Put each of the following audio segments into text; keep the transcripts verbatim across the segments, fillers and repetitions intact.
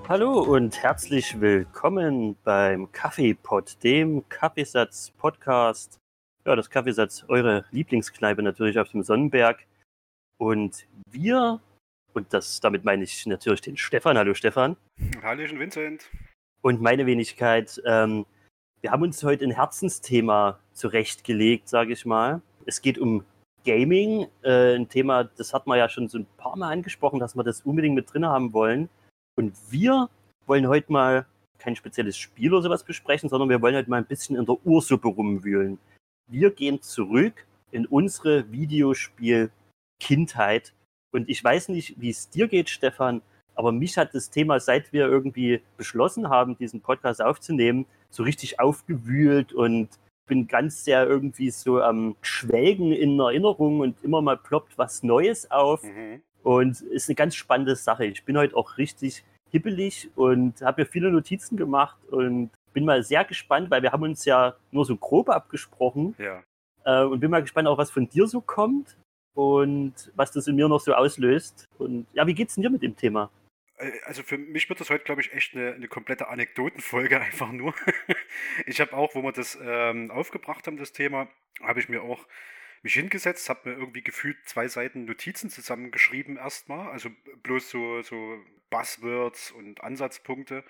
Hallo und herzlich willkommen beim Kaffeepod, dem Kaffeesatz-Podcast. Ja, das Kaffeesatz, eure Lieblingskneipe natürlich auf dem Sonnenberg. Und wir, und das damit meine ich natürlich den Stefan. Hallo Stefan. Hallöchen Vincent. Und meine Wenigkeit, ähm, wir haben uns heute ein Herzensthema zurechtgelegt, sage ich mal. Es geht um Gaming, äh, ein Thema, das hat man ja schon so ein paar Mal angesprochen, dass wir das unbedingt mit drin haben wollen. Und wir wollen heute mal kein spezielles Spiel oder sowas besprechen, sondern wir wollen heute mal ein bisschen in der Ursuppe rumwühlen. Wir gehen zurück in unsere Videospiel-Kindheit. Und ich weiß nicht, wie es dir geht, Stefan, aber mich hat das Thema, seit wir irgendwie beschlossen haben, diesen Podcast aufzunehmen, so richtig aufgewühlt und bin ganz sehr irgendwie so am Schwelgen in Erinnerungen und immer mal ploppt was Neues auf. Mhm. Und ist eine ganz spannende Sache. Ich bin heute auch richtig hibbelig und habe mir viele Notizen gemacht und bin mal sehr gespannt, weil wir haben uns ja nur so grob abgesprochen. Ja. Äh, und bin mal gespannt auch, was von dir so kommt und was das in mir noch so auslöst. Und ja, wie geht's denn dir mit dem Thema? Also für mich wird das heute, glaube ich, echt eine, eine komplette Anekdotenfolge einfach nur. Ich habe auch, wo wir das ähm, aufgebracht haben, das Thema, habe ich mir auch mich hingesetzt, habe mir irgendwie gefühlt zwei Seiten Notizen zusammengeschrieben erstmal, also bloß so, so Buzzwords und Ansatzpunkte.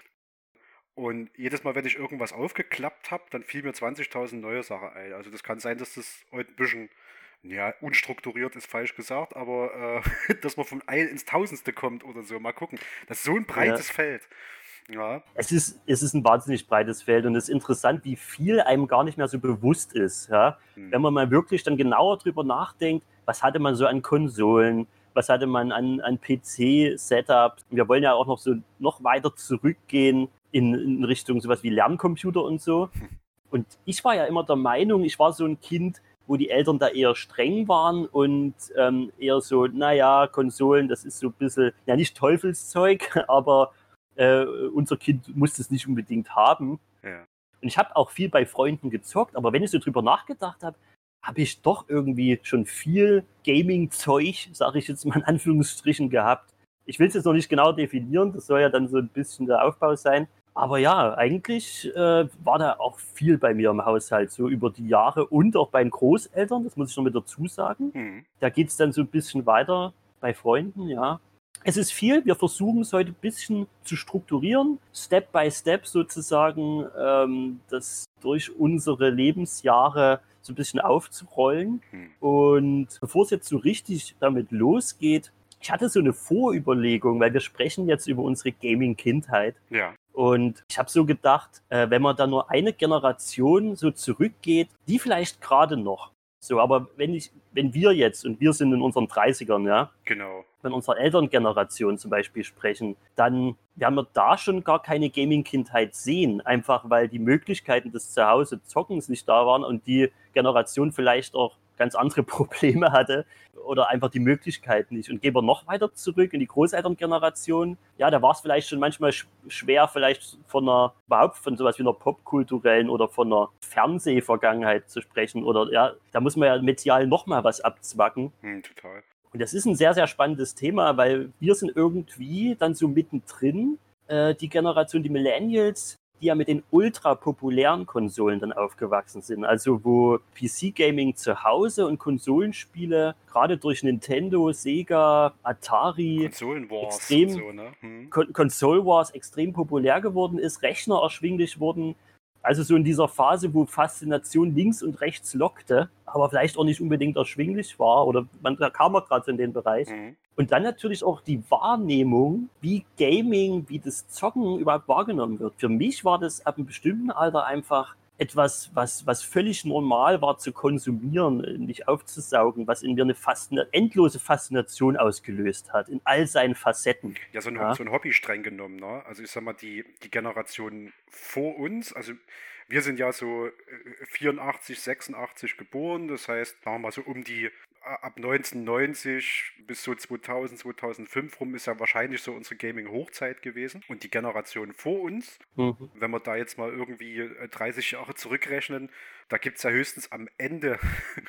Und jedes Mal, wenn ich irgendwas aufgeklappt habe, dann fiel mir zwanzigtausend neue Sachen ein. Also das kann sein, dass das heute ein bisschen, ja, unstrukturiert ist falsch gesagt, aber äh, dass man vom Ein ins Tausendste kommt oder so. Mal gucken. Das ist so ein Ja. breites Feld. Ja. Es ist, es ist ein wahnsinnig breites Feld und es ist interessant, wie viel einem gar nicht mehr so bewusst ist. Ja? Hm. Wenn man mal wirklich dann genauer drüber nachdenkt, was hatte man so an Konsolen, was hatte man an, an P C-Setups. Wir wollen ja auch noch so noch weiter zurückgehen in, in Richtung sowas wie Lerncomputer und so. Und ich war ja immer der Meinung, ich war so ein Kind, wo die Eltern da eher streng waren und ähm, eher so, naja, Konsolen, das ist so ein bisschen, ja nicht Teufelszeug, aber äh, unser Kind muss das nicht unbedingt haben. Ja. Und ich habe auch viel bei Freunden gezockt, aber wenn ich so drüber nachgedacht habe, habe ich doch irgendwie schon viel Gaming-Zeug, sage ich jetzt mal in Anführungsstrichen, gehabt. Ich will es jetzt noch nicht genau definieren, das soll ja dann so ein bisschen der Aufbau sein. Aber ja, eigentlich äh, war da auch viel bei mir im Haushalt, so über die Jahre und auch bei den Großeltern, das muss ich noch mit dazu sagen. Hm. Da geht es dann so ein bisschen weiter bei Freunden, ja. Es ist viel, wir versuchen es heute ein bisschen zu strukturieren, Step by Step sozusagen, ähm, das durch unsere Lebensjahre so ein bisschen aufzurollen. Hm. Und bevor es jetzt so richtig damit losgeht, ich hatte so eine Vorüberlegung, weil wir sprechen jetzt über unsere Gaming-Kindheit. Ja. Und ich habe so gedacht, äh, wenn man da nur eine Generation so zurückgeht, die vielleicht gerade noch. So, aber wenn ich, wenn wir jetzt, und wir sind in unseren dreißigern, ja, Genau. wenn unserer Elterngeneration zum Beispiel sprechen, dann werden wir da schon gar keine Gaming-Kindheit sehen, einfach weil die Möglichkeiten des Zuhause-Zockens nicht da waren und die Generation vielleicht auch ganz andere Probleme hatte oder einfach die Möglichkeiten nicht. Und gehen wir noch weiter zurück in die Großelterngeneration, ja, da war es vielleicht schon manchmal sch- schwer, vielleicht von einer, überhaupt von sowas wie einer popkulturellen oder von einer Fernsehvergangenheit zu sprechen oder ja, da muss man ja medial nochmal was abzwacken. Hm, total. Und das ist ein sehr, sehr spannendes Thema, weil wir sind irgendwie dann so mittendrin, äh, die Generation, die Millennials, die ja mit den ultra populären Konsolen dann aufgewachsen sind. Also wo P C-Gaming zu Hause und Konsolenspiele gerade durch Nintendo, Sega, Atari Konsolenwars und extrem, so, ne? Hm. Kon- Console Wars extrem populär geworden ist, Rechner erschwinglich wurden. Also so in dieser Phase, wo Faszination links und rechts lockte, aber vielleicht auch nicht unbedingt erschwinglich war oder man, da kam man gerade so in den Bereich. Hm. Und dann natürlich auch die Wahrnehmung, wie Gaming, wie das Zocken überhaupt wahrgenommen wird. Für mich war das ab einem bestimmten Alter einfach etwas, was, was völlig normal war zu konsumieren, nicht aufzusaugen, was in mir eine Faszina- endlose Faszination ausgelöst hat, in all seinen Facetten. Ja, so ein, Ja. so ein Hobby streng genommen, ne? Also ich sag mal, die, die Generation vor uns, also wir sind ja so äh, vierundachtzig, sechsundachtzig geboren, das heißt, sagen wir mal so um die äh, ab neunzehnhundertneunzig bis so zweitausend, zweitausendfünf rum ist ja wahrscheinlich so unsere Gaming-Hochzeit gewesen. Und die Generation vor uns, Mhm. wenn wir da jetzt mal irgendwie äh, dreißig Jahre zurückrechnen, da gibt es ja höchstens am Ende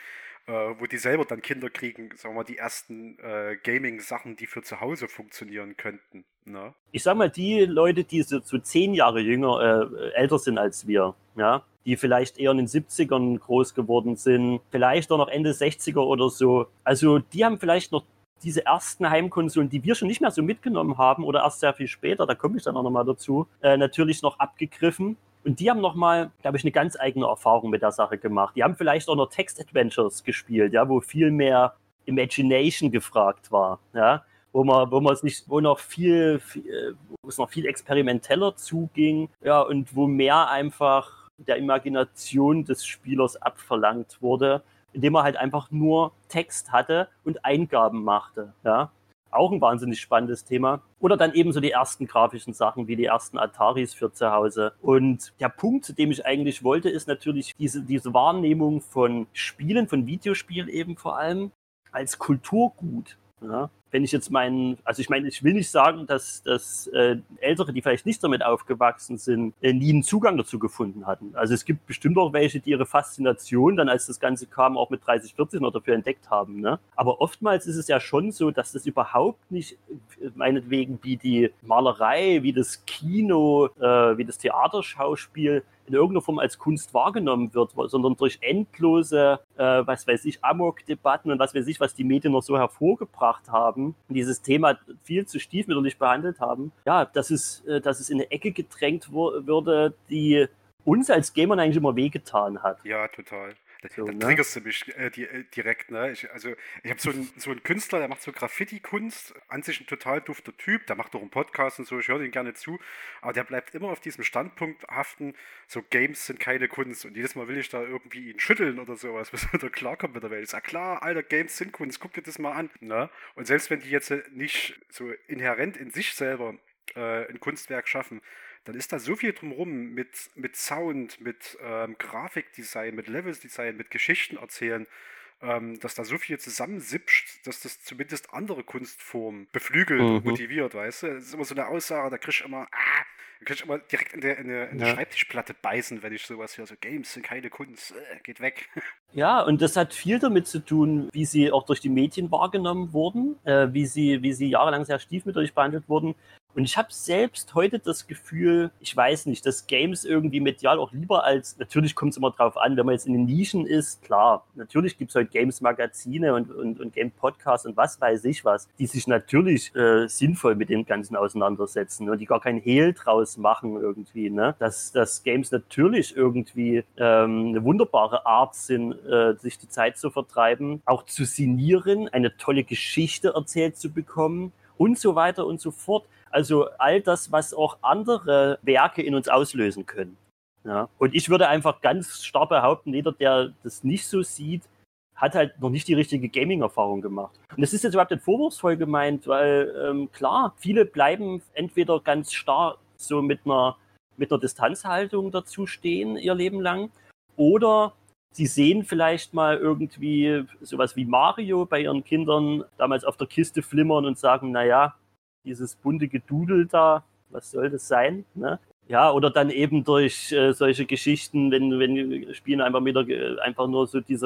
äh, wo die selber dann Kinder kriegen, sagen wir mal, die ersten äh, Gaming-Sachen, die für zu Hause funktionieren könnten. Ne? Ich sag mal, die Leute, die so, so zehn Jahre jünger, äh, älter sind als wir, ja, die vielleicht eher in den siebzigern groß geworden sind, vielleicht auch noch Ende sechziger oder so, also die haben vielleicht noch diese ersten Heimkonsolen, die wir schon nicht mehr so mitgenommen haben oder erst sehr viel später, da komme ich dann auch nochmal dazu, äh, natürlich noch abgegriffen. Und die haben nochmal, glaube ich, eine ganz eigene Erfahrung mit der Sache gemacht. Die haben vielleicht auch noch Text-Adventures gespielt, ja, wo viel mehr Imagination gefragt war, ja, wo man, wo man es nicht, wo noch viel, viel, wo es noch viel experimenteller zuging, ja, und wo mehr einfach der Imagination des Spielers abverlangt wurde, indem er halt einfach nur Text hatte und Eingaben machte, ja. Auch ein wahnsinnig spannendes Thema. Oder dann eben so die ersten grafischen Sachen, wie die ersten Ataris für zu Hause. Und der Punkt, zu dem ich eigentlich wollte, ist natürlich diese, diese Wahrnehmung von Spielen, von Videospielen eben vor allem, als Kulturgut. Ja? Wenn ich jetzt meinen, also ich meine, ich will nicht sagen, dass, dass äh, Ältere, die vielleicht nicht damit aufgewachsen sind, äh, nie einen Zugang dazu gefunden hatten. Also es gibt bestimmt auch welche, die ihre Faszination dann, als das Ganze kam, auch mit dreißig, vierzig noch dafür entdeckt haben. Ne? Aber oftmals ist es ja schon so, dass das überhaupt nicht, meinetwegen wie die Malerei, wie das Kino, äh, wie das Theaterschauspiel in irgendeiner Form als Kunst wahrgenommen wird, sondern durch endlose, äh, was weiß ich, Amok-Debatten und was weiß ich, was die Medien noch so hervorgebracht haben, und dieses Thema viel zu stiefmütterlich behandelt haben, ja, dass es, äh, dass es in eine Ecke gedrängt wo- würde, die uns als Gamern eigentlich immer wehgetan hat. Ja, total. Da, So, da ne? triggerst du mich äh, die, äh, direkt, ne? Ich, also, ich habe so einen so einen Künstler, der macht so Graffiti-Kunst, an sich ein total dufter Typ, der macht auch einen Podcast und so, ich höre den gerne zu, aber der bleibt immer auf diesem Standpunkt haften, so Games sind keine Kunst und jedes Mal will ich da irgendwie ihn schütteln oder sowas, bis er da klarkommt mit der Welt. Ich sag, klar, Alter, Games sind Kunst, guck dir das mal an, ne? Und selbst wenn die jetzt äh, nicht so inhärent in sich selber äh, ein Kunstwerk schaffen, dann ist da so viel drumherum mit, mit Sound, mit ähm, Grafikdesign, mit Levelsdesign, mit Geschichten erzählen, ähm, dass da so viel zusammensipscht, dass das zumindest andere Kunstformen beflügelt und Mhm. motiviert, weißt du? Das ist immer so eine Aussage, da krieg ich immer, ah, da krieg ich immer direkt in der, in der, in der Ja. Schreibtischplatte beißen, wenn ich sowas höre, so Games sind keine Kunst, äh, geht weg. Ja, und das hat viel damit zu tun, wie sie auch durch die Medien wahrgenommen wurden, äh, wie sie, wie sie jahrelang sehr stiefmütterlich behandelt wurden. Und ich habe selbst heute das Gefühl, ich weiß nicht, dass Games irgendwie medial auch lieber als, natürlich kommt es immer drauf an, wenn man jetzt in den Nischen ist, klar, natürlich gibt es heute Games-Magazine und, und, und Game-Podcasts und was weiß ich was, die sich natürlich äh, sinnvoll mit dem Ganzen auseinandersetzen und die gar kein Hehl draus machen irgendwie, ne? Dass, dass Games natürlich irgendwie ähm, eine wunderbare Art sind, äh, sich die Zeit zu vertreiben, auch zu sinnieren, eine tolle Geschichte erzählt zu bekommen und so weiter und so fort. Also all das, was auch andere Werke in uns auslösen können. Ja? Und ich würde einfach ganz stark behaupten, jeder, der das nicht so sieht, hat halt noch nicht die richtige Gaming-Erfahrung gemacht. Und das ist jetzt überhaupt nicht vorwurfsvoll gemeint, weil ähm, klar, viele bleiben entweder ganz starr so mit einer, mit einer Distanzhaltung dazu stehen ihr Leben lang, oder sie sehen vielleicht mal irgendwie sowas wie Mario bei ihren Kindern damals auf der Kiste flimmern und sagen, naja, dieses bunte Gedudel da, was soll das sein? Ne? Ja, oder dann eben durch äh, solche Geschichten, wenn, wenn Spielen einfach wieder einfach nur so dieser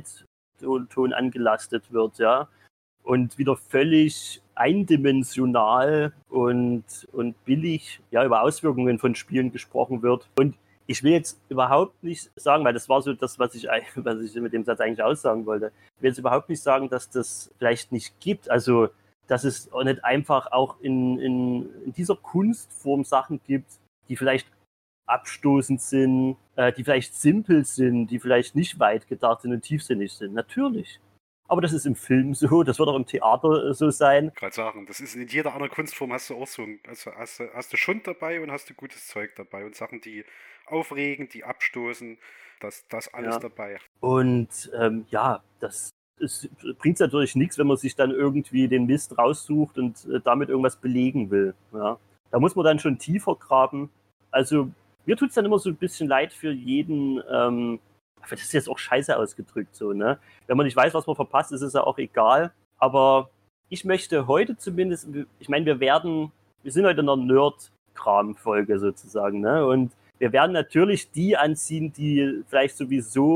Gewaltton angelastet wird, ja. Und wieder völlig eindimensional und, und billig ja, über Auswirkungen von Spielen gesprochen wird. Und ich will jetzt überhaupt nicht sagen, weil das war so das, was ich, was ich mit dem Satz eigentlich aussagen wollte. Ich will jetzt überhaupt nicht sagen, dass das vielleicht nicht gibt. Also, dass es auch nicht einfach auch in, in, in dieser Kunstform Sachen gibt, die vielleicht abstoßend sind, äh, die vielleicht simpel sind, die vielleicht nicht weit gedacht sind und tiefsinnig sind. Natürlich. Aber das ist im Film so, das wird auch im Theater so sein. Gerade sagen, das ist in jeder anderen Kunstform hast du auch so ein, also hast du, hast du Schund dabei und hast du gutes Zeug dabei und Sachen, die aufregen, die abstoßen, das, das alles Ja. dabei. Und ähm, ja, das es bringt natürlich nichts, wenn man sich dann irgendwie den Mist raussucht und äh, damit irgendwas belegen will. Ja. Da muss man dann schon tiefer graben. Also mir tut es dann immer so ein bisschen leid für jeden, ähm, das ist jetzt auch scheiße ausgedrückt so, ne? Wenn man nicht weiß, was man verpasst, ist es ja auch egal. Aber ich möchte heute zumindest, ich meine, wir werden, wir sind heute in einer Nerd-Kram-Folge sozusagen, ne? Und wir werden natürlich die anziehen, die vielleicht sowieso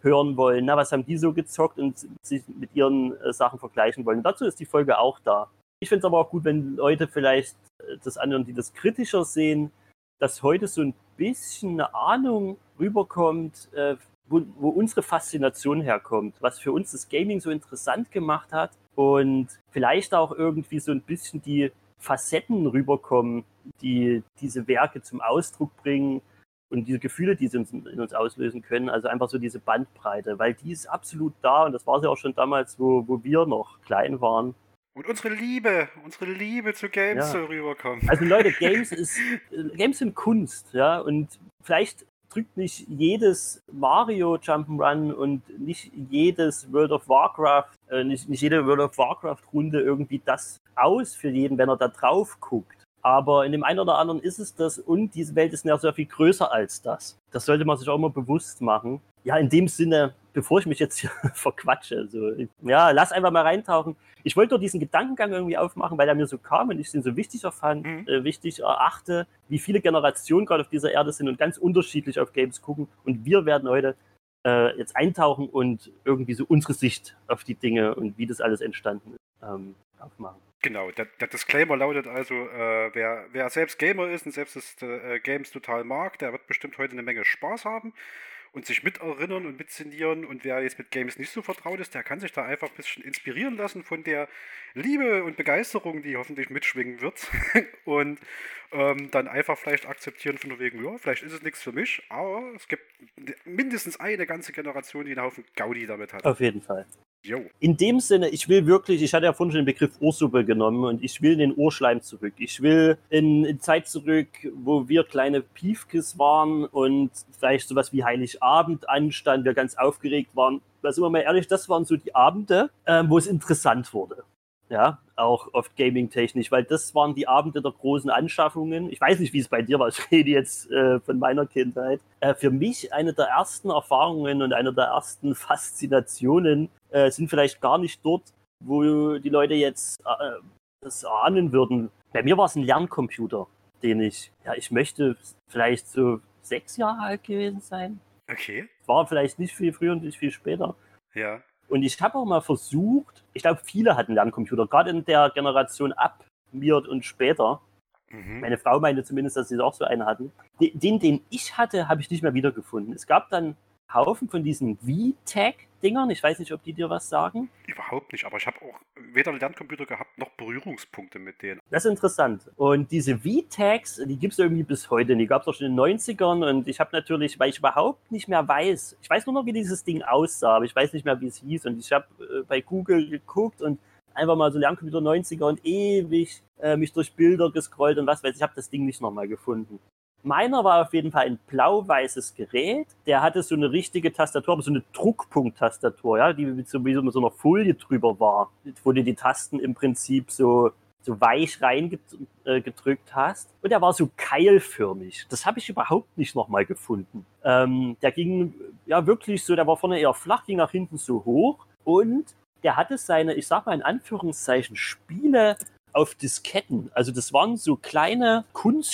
hören wollen. Na, was haben die so gezockt und sich mit ihren äh, Sachen vergleichen wollen. Und dazu ist die Folge auch da. Ich finde es aber auch gut, wenn Leute vielleicht äh, das anhören, die das kritischer sehen, dass heute so ein bisschen eine Ahnung rüberkommt, äh, wo, wo unsere Faszination herkommt, was für uns das Gaming so interessant gemacht hat und vielleicht auch irgendwie so ein bisschen die Facetten rüberkommen, die diese Werke zum Ausdruck bringen und diese Gefühle, die sie uns, in uns auslösen können, also einfach so diese Bandbreite, weil die ist absolut da und das war sie auch schon damals, wo, wo wir noch klein waren. Und unsere Liebe, unsere Liebe zu Games Ja. soll rüberkommen. Also Leute, Games ist Games sind Kunst, ja, und vielleicht drückt nicht jedes Mario Jump'n'Run und nicht jedes World of Warcraft, äh, nicht, nicht jede World of Warcraft Runde irgendwie das aus für jeden, wenn er da drauf guckt. Aber in dem einen oder anderen ist es das und diese Welt ist ja sehr viel größer als das. Das sollte man sich auch immer bewusst machen. Ja, in dem Sinne, bevor ich mich jetzt hier verquatsche, so, ja, lass einfach mal reintauchen. Ich wollte nur diesen Gedankengang irgendwie aufmachen, weil er mir so kam und ich den so wichtig erfand, mhm. äh, wichtig erachte, wie viele Generationen gerade auf dieser Erde sind und ganz unterschiedlich auf Games gucken. Und wir werden heute äh, jetzt eintauchen und irgendwie so unsere Sicht auf die Dinge und wie das alles entstanden ist, ähm, aufmachen. Genau, der, der Disclaimer lautet also, äh, wer, wer selbst Gamer ist und selbst das äh, Games total mag, der wird bestimmt heute eine Menge Spaß haben und sich miterinnern und mitsinnieren. Und wer jetzt mit Games nicht so vertraut ist, der kann sich da einfach ein bisschen inspirieren lassen von der Liebe und Begeisterung, die hoffentlich mitschwingen wird. und ähm, dann einfach vielleicht akzeptieren von wegen, ja, vielleicht ist es nichts für mich, aber es gibt mindestens eine ganze Generation, die einen Haufen Gaudi damit hat. Auf jeden Fall. Jo. In dem Sinne, ich will wirklich, ich hatte ja vorhin schon den Begriff Ohrsuppe genommen und ich will in den Ohrschleim zurück. Ich will in, in Zeit zurück, wo wir kleine Piefkes waren und vielleicht sowas wie Heiligabend anstand, wir ganz aufgeregt waren. Weil sind wir mal ehrlich, das waren so die Abende, äh, wo es interessant wurde. Ja, auch oft gaming-technisch, weil das waren die Abende der großen Anschaffungen. Ich weiß nicht, wie es bei dir war, ich rede jetzt äh, von meiner Kindheit. Äh, für mich eine der ersten Erfahrungen und eine der ersten Faszinationen äh, sind vielleicht gar nicht dort, wo die Leute jetzt äh, das ahnen würden. Bei mir war es ein Lerncomputer, den ich, ja, ich möchte vielleicht so sechs Jahre alt gewesen sein. Okay. War vielleicht nicht viel früher und nicht viel später. Ja. Und ich habe auch mal versucht, ich glaube, viele hatten Lerncomputer, gerade in der Generation ab mir und später. Mhm. Meine Frau meinte zumindest, dass sie auch so einen hatten. Den, den ich hatte, habe ich nicht mehr wiedergefunden. Es gab dann Haufen von diesen V-Tag-Dingern. Ich weiß nicht, ob die dir was sagen. Überhaupt nicht, aber ich habe auch weder Lerncomputer gehabt, noch Berührungspunkte mit denen. Das ist interessant. Und diese V-Tags, die gibt es irgendwie bis heute. Die gab es auch schon in den neunzigern und ich habe natürlich, weil ich überhaupt nicht mehr weiß, ich weiß nur noch, wie dieses Ding aussah, aber ich weiß nicht mehr, wie es hieß. Und ich habe äh, bei Google geguckt und einfach mal so Lerncomputer neunziger und ewig äh, mich durch Bilder gescrollt und was weiß ich, ich habe das Ding nicht nochmal gefunden. Meiner war auf jeden Fall ein blau-weißes Gerät. Der hatte so eine richtige Tastatur, aber so eine Druckpunkt-Tastatur, ja, die mit so, wie so mit so einer Folie drüber war, wo du die Tasten im Prinzip so, so weich reingedrückt hast. Und der war so keilförmig. Das habe ich überhaupt nicht nochmal gefunden. Ähm, der ging ja wirklich so, der war vorne eher flach, ging nach hinten so hoch. Und der hatte seine, ich sag mal in Anführungszeichen, Spiele auf Disketten. Also das waren so kleine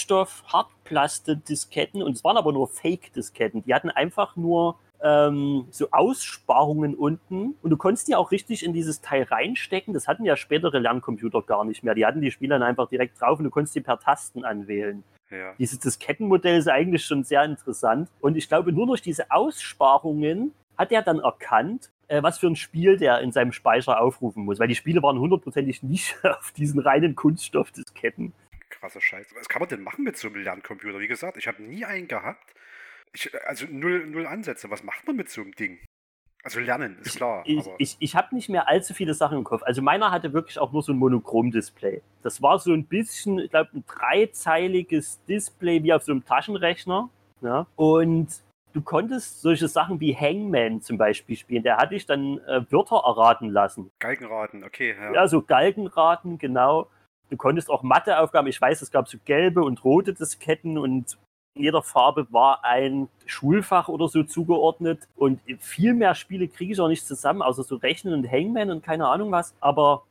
Kunststoff-Hartplaste-Disketten und es waren aber nur Fake-Disketten. Die hatten einfach nur ähm, so Aussparungen unten und du konntest die auch richtig in dieses Teil reinstecken. Das hatten ja spätere Lerncomputer gar nicht mehr. Die hatten die Spiele dann einfach direkt drauf und du konntest die per Tasten anwählen. Ja. Dieses Diskettenmodell ist eigentlich schon sehr interessant und ich glaube, nur durch diese Aussparungen hat er dann erkannt, was für ein Spiel der in seinem Speicher aufrufen muss. Weil die Spiele waren hundertprozentig nicht auf diesen reinen Kunststoffdisketten. Krasser Scheiß. Was kann man denn machen mit so einem Lerncomputer? Wie gesagt, ich habe nie einen gehabt. Ich, also null, null Ansätze. Was macht man mit so einem Ding? Also lernen, ist klar. Ich, aber ich, ich habe nicht mehr allzu viele Sachen im Kopf. Also meiner hatte wirklich auch nur so ein Monochrom-Display. Das war so ein bisschen, ich glaube, ein dreizeiliges Display wie auf so einem Taschenrechner. Ja? Und du konntest solche Sachen wie Hangman zum Beispiel spielen. Der hatte ich dann äh, Wörter erraten lassen. Galgenraten, okay. Ja, ja so Galgenraten, genau. Du konntest auch Matheaufgaben, ich weiß, es gab so gelbe und rote Disketten und in jeder Farbe war ein Schulfach oder so zugeordnet. Und viel mehr Spiele kriege ich auch nicht zusammen, außer so Rechnen und Hangman und keine Ahnung was. Aber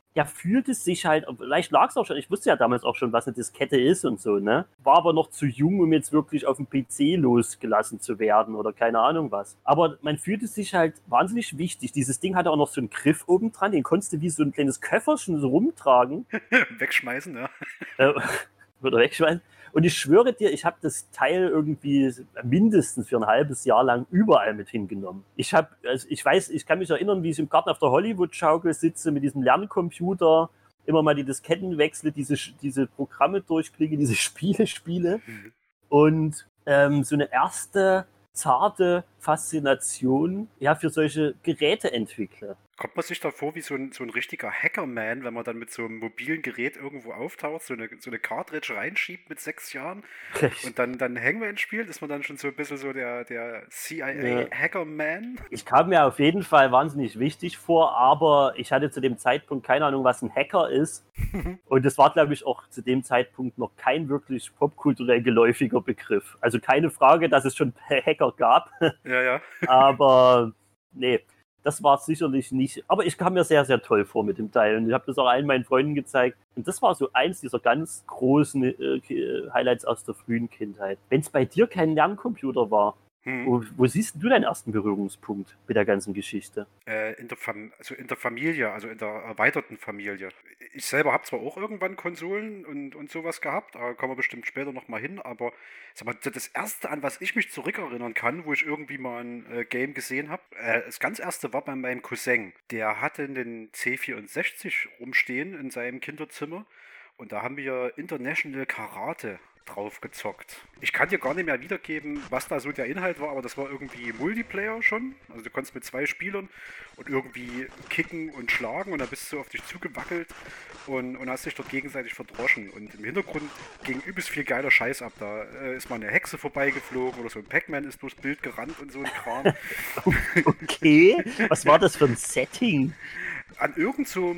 ja, fühlt es sich halt, vielleicht lag es auch schon, ich wusste ja damals auch schon, was eine Diskette ist und so, ne? War aber noch zu jung, um jetzt wirklich auf dem P C losgelassen zu werden oder keine Ahnung was. Aber man fühlt es sich halt wahnsinnig wichtig. Dieses Ding hatte auch noch so einen Griff oben dran, den konntest du wie so ein kleines Köfferchen so rumtragen. Wegschmeißen, ja. Äh, oder wegschmeißen. Und ich schwöre dir, ich habe das Teil irgendwie mindestens für ein halbes Jahr lang überall mit hingenommen. Ich habe, also ich weiß, ich kann mich erinnern, wie ich im Garten auf der Hollywood-Schaukel sitze mit diesem Lerncomputer, immer mal die Disketten wechsle, diese, diese Programme durchklicke, diese Spiele spiele. Mhm. Und ähm, so eine erste zarte Faszination ja, für solche Geräte entwickle. Kommt man sich da vor wie so ein, so ein richtiger Hackerman, wenn man dann mit so einem mobilen Gerät irgendwo auftaucht, so eine, so eine Cartridge reinschiebt mit sechs Jahren und dann, dann Hangman spielt? Ist man dann schon so ein bisschen so der, der C I A-Hackerman? Ich kam mir auf jeden Fall wahnsinnig wichtig vor, aber ich hatte zu dem Zeitpunkt keine Ahnung, was ein Hacker ist. Und es war, glaube ich, auch zu dem Zeitpunkt noch kein wirklich popkulturell geläufiger Begriff. Also keine Frage, dass es schon Hacker gab. Ja, ja. Aber nee. Das war es sicherlich nicht, aber ich kam mir sehr, sehr toll vor mit dem Teil und ich habe das auch allen meinen Freunden gezeigt und das war so eins dieser ganz großen äh, Highlights aus der frühen Kindheit. Wenn es bei dir kein Lerncomputer war, hm. wo, wo siehst du deinen ersten Berührungspunkt mit der ganzen Geschichte? Äh, in der Fam- also in der Familie, also in der erweiterten Familie. Ich selber habe zwar auch irgendwann Konsolen und, und sowas gehabt, da kommen wir bestimmt später nochmal hin, aber sag mal, das erste, an was ich mich zurückerinnern kann, wo ich irgendwie mal ein äh, Game gesehen habe, äh, das ganz erste war bei meinem Cousin. Der hatte einen C vierundsechzig rumstehen in seinem Kinderzimmer und da haben wir International Karate drauf gezockt. Ich kann dir gar nicht mehr wiedergeben, was da so der Inhalt war, aber das war irgendwie Multiplayer schon. Also du konntest mit zwei Spielern und irgendwie kicken und schlagen und dann bist du auf dich zugewackelt und, und hast dich dort gegenseitig verdroschen. Und im Hintergrund ging übelst viel geiler Scheiß ab. Da äh, ist mal eine Hexe vorbeigeflogen oder so ein Pac-Man ist durchs Bild gerannt und so ein Kram. Okay, was war das für ein Setting? An irgendeinem so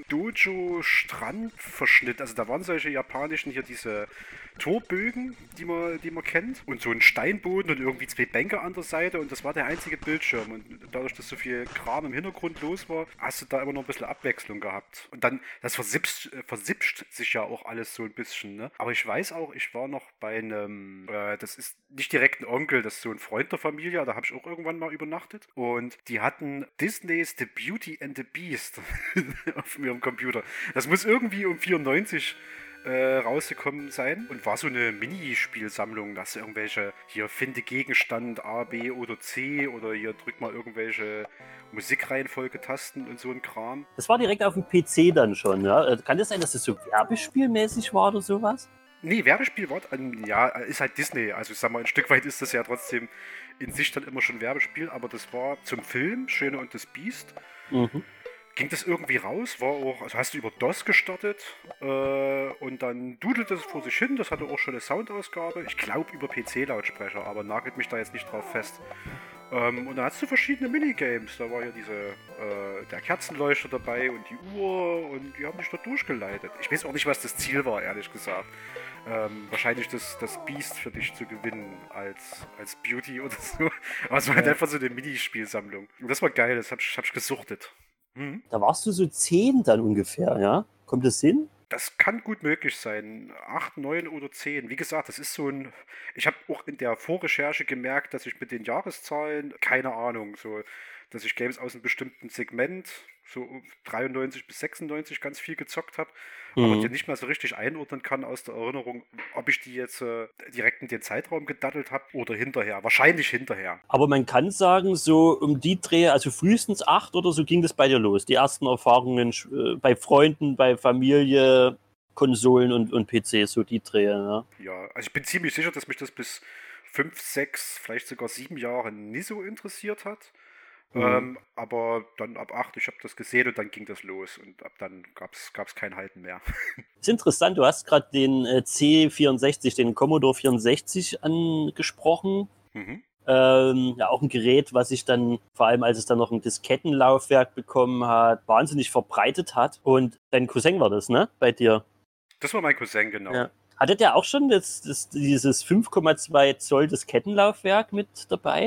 Dojo-Strandverschnitt, also da waren solche japanischen hier diese Torbögen, die man, die man kennt und so ein Steinboden und irgendwie zwei Bänke an der Seite und das war der einzige Bildschirm und dadurch, dass so viel Kram im Hintergrund los war, hast du da immer noch ein bisschen Abwechslung gehabt und dann, das versipscht, versipscht sich ja auch alles so ein bisschen, ne? Aber ich weiß auch, ich war noch bei einem, äh, das ist nicht direkt ein Onkel, das ist so ein Freund der Familie, da habe ich auch irgendwann mal übernachtet und die hatten Disneys The Beauty and the Beast auf ihrem Computer. Das muss irgendwie um vierundneunzig äh, rausgekommen sein und war so eine Minispielsammlung, dass irgendwelche, hier finde Gegenstand A, B oder C oder hier drück mal irgendwelche Musikreihenfolgetasten und so ein Kram. Das war direkt auf dem P C dann schon, ja? Kann das sein, dass das so werbespielmäßig war oder sowas? Nee, Werbespiel war, ja, ist halt Disney, also ich sag mal, ein Stück weit ist das ja trotzdem in sich dann immer schon Werbespiel, aber das war zum Film, Schöne und das Biest. Mhm. Ging das irgendwie raus, war auch, also hast du über DOS gestartet äh, und dann dudelte es vor sich hin, das hatte auch schon eine Soundausgabe, ich glaube über P C-Lautsprecher, aber nagelt mich da jetzt nicht drauf fest. Ähm, und dann hast du verschiedene Minigames, da war ja diese, äh, der Kerzenleuchter dabei und die Uhr und die haben dich da durchgeleitet. Ich weiß auch nicht, was das Ziel war, ehrlich gesagt. Ähm, wahrscheinlich das, das Beast für dich zu gewinnen als, als Beauty oder so, aber es war halt ja einfach so eine Minispielsammlung. Und das war geil, das hab ich, hab ich gesuchtet. Mhm. Da warst du so zehn dann ungefähr, ja? Kommt das hin? Das kann gut möglich sein. acht, neun oder zehn. Wie gesagt, das ist so ein... Ich habe auch in der Vorrecherche gemerkt, dass ich mit den Jahreszahlen, keine Ahnung, so, dass ich Games aus einem bestimmten Segment, so dreiundneunzig bis sechsundneunzig, ganz viel gezockt habe, mhm. aber die nicht mehr so richtig einordnen kann aus der Erinnerung, ob ich die jetzt äh, direkt in den Zeitraum gedattelt habe oder hinterher. Wahrscheinlich hinterher. Aber man kann sagen, so um die Dreh, also frühestens acht oder so ging das bei dir los. Die ersten Erfahrungen äh, bei Freunden, bei Familie, Konsolen und, und P Cs, so die Dreh. Ja. ja, also ich bin ziemlich sicher, dass mich das bis fünf, sechs, vielleicht sogar sieben Jahre nicht so interessiert hat. Mhm. Ähm, aber dann ab acht, ich habe das gesehen und dann ging das los und ab dann gab es kein Halten mehr. Ist interessant, du hast gerade den äh, C vierundsechzig, den Commodore vierundsechzig angesprochen. Mhm. Ähm, ja, auch ein Gerät, was sich dann, vor allem als es dann noch ein Diskettenlaufwerk bekommen hat, wahnsinnig verbreitet hat. Und dein Cousin war das, ne, bei dir? Das war mein Cousin, genau. Ja. Hatte der auch schon das, das, dieses fünf Komma zwei Zoll Diskettenlaufwerk mit dabei?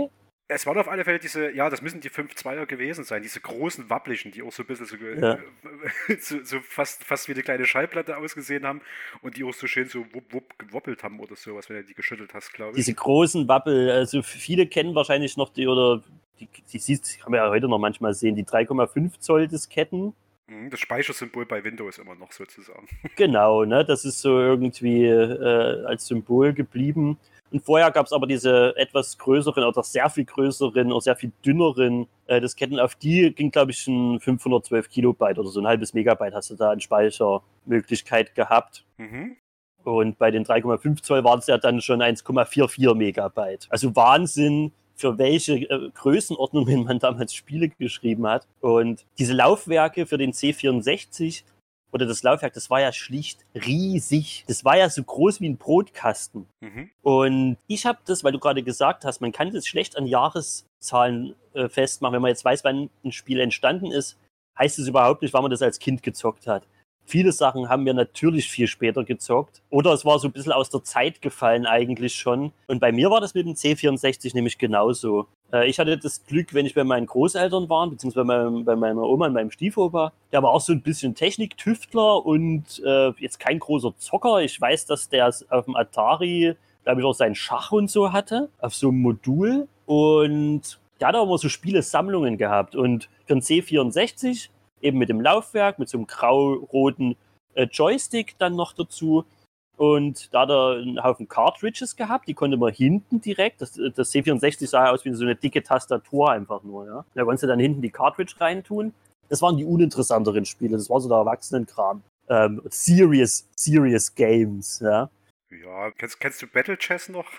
Es waren auf alle Fälle diese, ja, das müssen die fünf Zweier gewesen sein, diese großen Wapplichen, die auch so ein bisschen so, Ja. äh, so, so fast, fast wie eine kleine Schallplatte ausgesehen haben und die auch so schön so wupp, wupp gewoppelt haben oder sowas, wenn du die geschüttelt hast, glaube ich. Diese großen Wappel, also viele kennen wahrscheinlich noch die, oder die, die siehst, kann man ja heute noch manchmal sehen, die drei Komma fünf Zoll Disketten. Mhm, das Speichersymbol bei Windows immer noch sozusagen. Genau, ne, das ist so irgendwie äh, als Symbol geblieben. Und vorher gab es aber diese etwas größeren oder sehr viel größeren oder sehr viel dünneren äh, Disketten. Auf die ging, glaube ich, ein fünfhundertzwölf Kilobyte oder so ein halbes Megabyte hast du da an Speichermöglichkeit gehabt. Mhm. Und bei den drei Komma fünf Zoll waren es ja dann schon eins Komma vierundvierzig Megabyte. Also Wahnsinn, für welche äh, Größenordnungen man damals Spiele geschrieben hat. Und diese Laufwerke für den C vierundsechzig oder das Laufwerk, das war ja schlicht riesig. Das war ja so groß wie ein Brotkasten. Mhm. Und ich habe das, weil du gerade gesagt hast, man kann das schlecht an Jahreszahlen äh, festmachen. Wenn man jetzt weiß, wann ein Spiel entstanden ist, heißt es überhaupt nicht, wann man das als Kind gezockt hat. Viele Sachen haben wir natürlich viel später gezockt. Oder es war so ein bisschen aus der Zeit gefallen eigentlich schon. Und bei mir war das mit dem C vierundsechzig nämlich genauso. Äh, ich hatte das Glück, wenn ich bei meinen Großeltern war, beziehungsweise bei, meinem, bei meiner Oma und meinem Stiefoper, der war auch so ein bisschen Techniktüftler und äh, jetzt kein großer Zocker. Ich weiß, dass der auf dem Atari, glaube ich, auch seinen Schach und so hatte, auf so einem Modul. Und der hat auch immer so Spielesammlungen gehabt. Und für den C vierundsechzig eben mit dem Laufwerk, mit so einem grau-roten äh, Joystick dann noch dazu. Und da hat er einen Haufen Cartridges gehabt, die konnte man hinten direkt, das, das C vierundsechzig sah aus wie so eine dicke Tastatur einfach nur, ja. Da konntest du dann hinten die Cartridge reintun. Das waren die uninteressanteren Spiele, das war so der Erwachsenenkram. Ähm, serious, serious Games, ja. Ja, kennst, kennst du Battle Chess noch?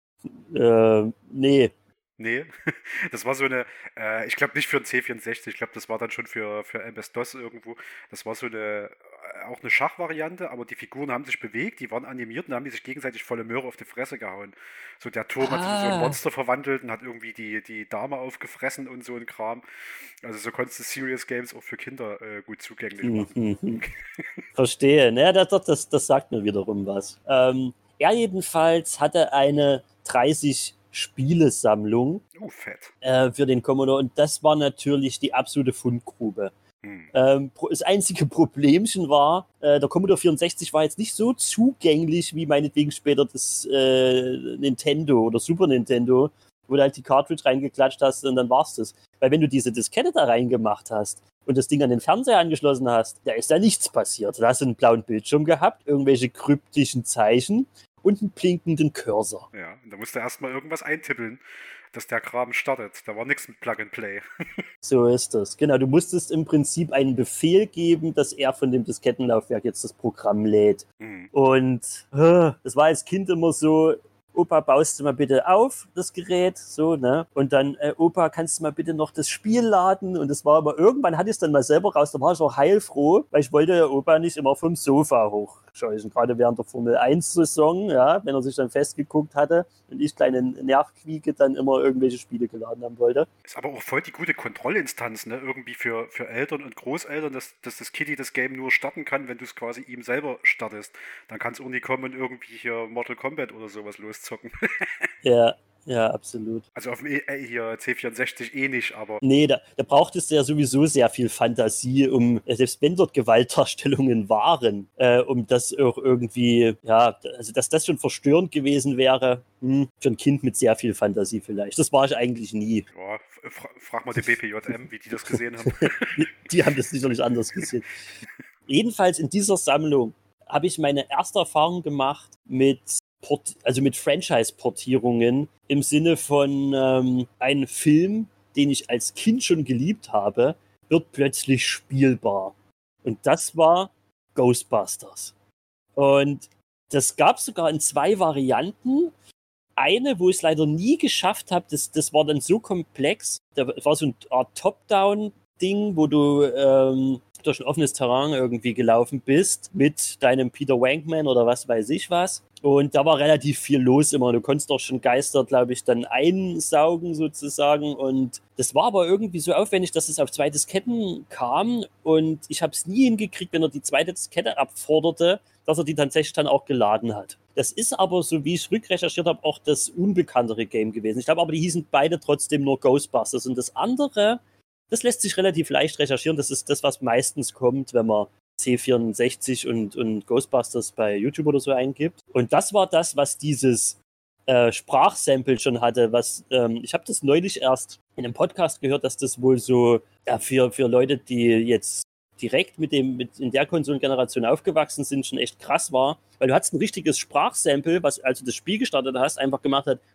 Äh, nee. Nee, das war so eine, äh, ich glaube nicht für den C vierundsechzig, ich glaube, das war dann schon für, für M S-DOS irgendwo. Das war so eine, äh, auch eine Schachvariante, aber die Figuren haben sich bewegt, die waren animiert und haben die sich gegenseitig volle Möhre auf die Fresse gehauen. So der Turm hat sich in so ein Ah. Monster verwandelt und hat irgendwie die, die Dame aufgefressen und so ein Kram. Also so konntest du Serious Games auch für Kinder äh, gut zugänglich machen. Mhm. Verstehe, ne, das, das, das sagt mir wiederum was. Ähm, er jedenfalls hatte eine dreißig Spielesammlung Uh, fett. äh, für den Commodore und das war natürlich die absolute Fundgrube. Hm. Ähm, das einzige Problemchen war, äh, der Commodore vierundsechzig war jetzt nicht so zugänglich wie meinetwegen später das äh, Nintendo oder Super Nintendo, wo du halt die Cartridge reingeklatscht hast und dann war's das. Weil wenn du diese Diskette da reingemacht hast und das Ding an den Fernseher angeschlossen hast, da ist da nichts passiert. Da hast du einen blauen Bildschirm gehabt, irgendwelche kryptischen Zeichen und einen blinkenden Cursor. Ja, und da musst du erstmal irgendwas eintippeln, dass der Kram startet. Da war nichts mit Plug and Play. So ist das. Genau, du musstest im Prinzip einen Befehl geben, dass er von dem Diskettenlaufwerk jetzt das Programm lädt. Mhm. Und äh, das war als Kind immer so, Opa, baust du mal bitte auf, das Gerät, so, ne? Und dann, äh, Opa, kannst du mal bitte noch das Spiel laden? Und das war aber, irgendwann hatte ich es dann mal selber raus, da war ich auch heilfroh, weil ich wollte Opa nicht immer vom Sofa hochscheuchen, gerade während der Formel eins Saison, ja, wenn er sich dann festgeguckt hatte und ich kleine Nervquieke dann immer irgendwelche Spiele geladen haben wollte. Ist aber auch voll die gute Kontrollinstanz, ne? Irgendwie für, für Eltern und Großeltern, dass, dass das Kitty das Game nur starten kann, wenn du es quasi ihm selber startest. Dann kann es auch nie kommen und irgendwie hier Mortal Kombat oder sowas loszocken. Ja, ja, absolut. Also auf dem e äh, hier C vierundsechzig eh nicht, aber Nee, da, da brauchtest du ja sowieso sehr viel Fantasie, um, selbst wenn dort Gewaltdarstellungen waren, äh, um das auch irgendwie, ja, also dass das schon verstörend gewesen wäre, hm, für ein Kind mit sehr viel Fantasie vielleicht. Das war ich eigentlich nie. ja, fra frag mal den B P J M, wie die das gesehen haben. die, die haben das sicherlich anders gesehen. Jedenfalls in dieser Sammlung habe ich meine erste Erfahrung gemacht mit Port, also mit Franchise-Portierungen im Sinne von ähm, einem Film, den ich als Kind schon geliebt habe, wird plötzlich spielbar. Und das war Ghostbusters. Und das gab es sogar in zwei Varianten. Eine, wo ich es leider nie geschafft habe, das, das war dann so komplex, das war so eine Art Top-Down-Ding, wo du ähm, durch ein offenes Terrain irgendwie gelaufen bist mit deinem Peter Wankman oder was weiß ich was. Und da war relativ viel los immer. Du konntest doch schon Geister, glaube ich, dann einsaugen sozusagen. Und das war aber irgendwie so aufwendig, dass es auf zwei Disketten kam. Und ich habe es nie hingekriegt, wenn er die zweite Diskette abforderte, dass er die tatsächlich dann auch geladen hat. Das ist aber, so wie ich rückrecherchiert habe, auch das unbekanntere Game gewesen. Ich glaube aber, die hießen beide trotzdem nur Ghostbusters. Und das andere, das lässt sich relativ leicht recherchieren. Das ist das, was meistens kommt, wenn man C vierundsechzig und, und Ghostbusters bei YouTube oder so eingibt. Und das war das, was dieses äh, Sprachsample schon hatte. Was ähm, ich habe das neulich erst in einem Podcast gehört, dass das wohl so ja, für, für Leute, die jetzt direkt mit dem mit in der Konsolengeneration aufgewachsen sind, schon echt krass war. Weil du hattest ein richtiges Sprachsample, was, als du das Spiel gestartet hast, einfach gemacht hat.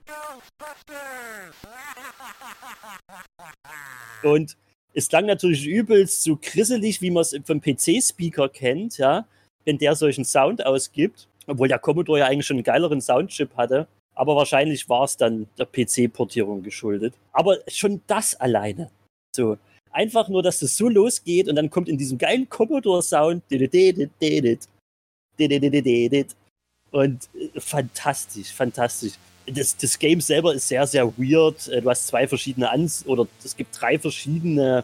Und es klang natürlich übelst so grisselig, wie man es vom P C-Speaker kennt, ja, wenn der solchen Sound ausgibt, obwohl der Commodore ja eigentlich schon einen geileren Soundchip hatte, aber wahrscheinlich war es dann der P C-Portierung geschuldet. Aber schon das alleine, so, einfach nur, dass das so losgeht und dann kommt in diesem geilen Commodore-Sound und fantastisch, fantastisch. Das, das Game selber ist sehr, sehr weird. Du hast zwei verschiedene Ans- oder es gibt drei verschiedene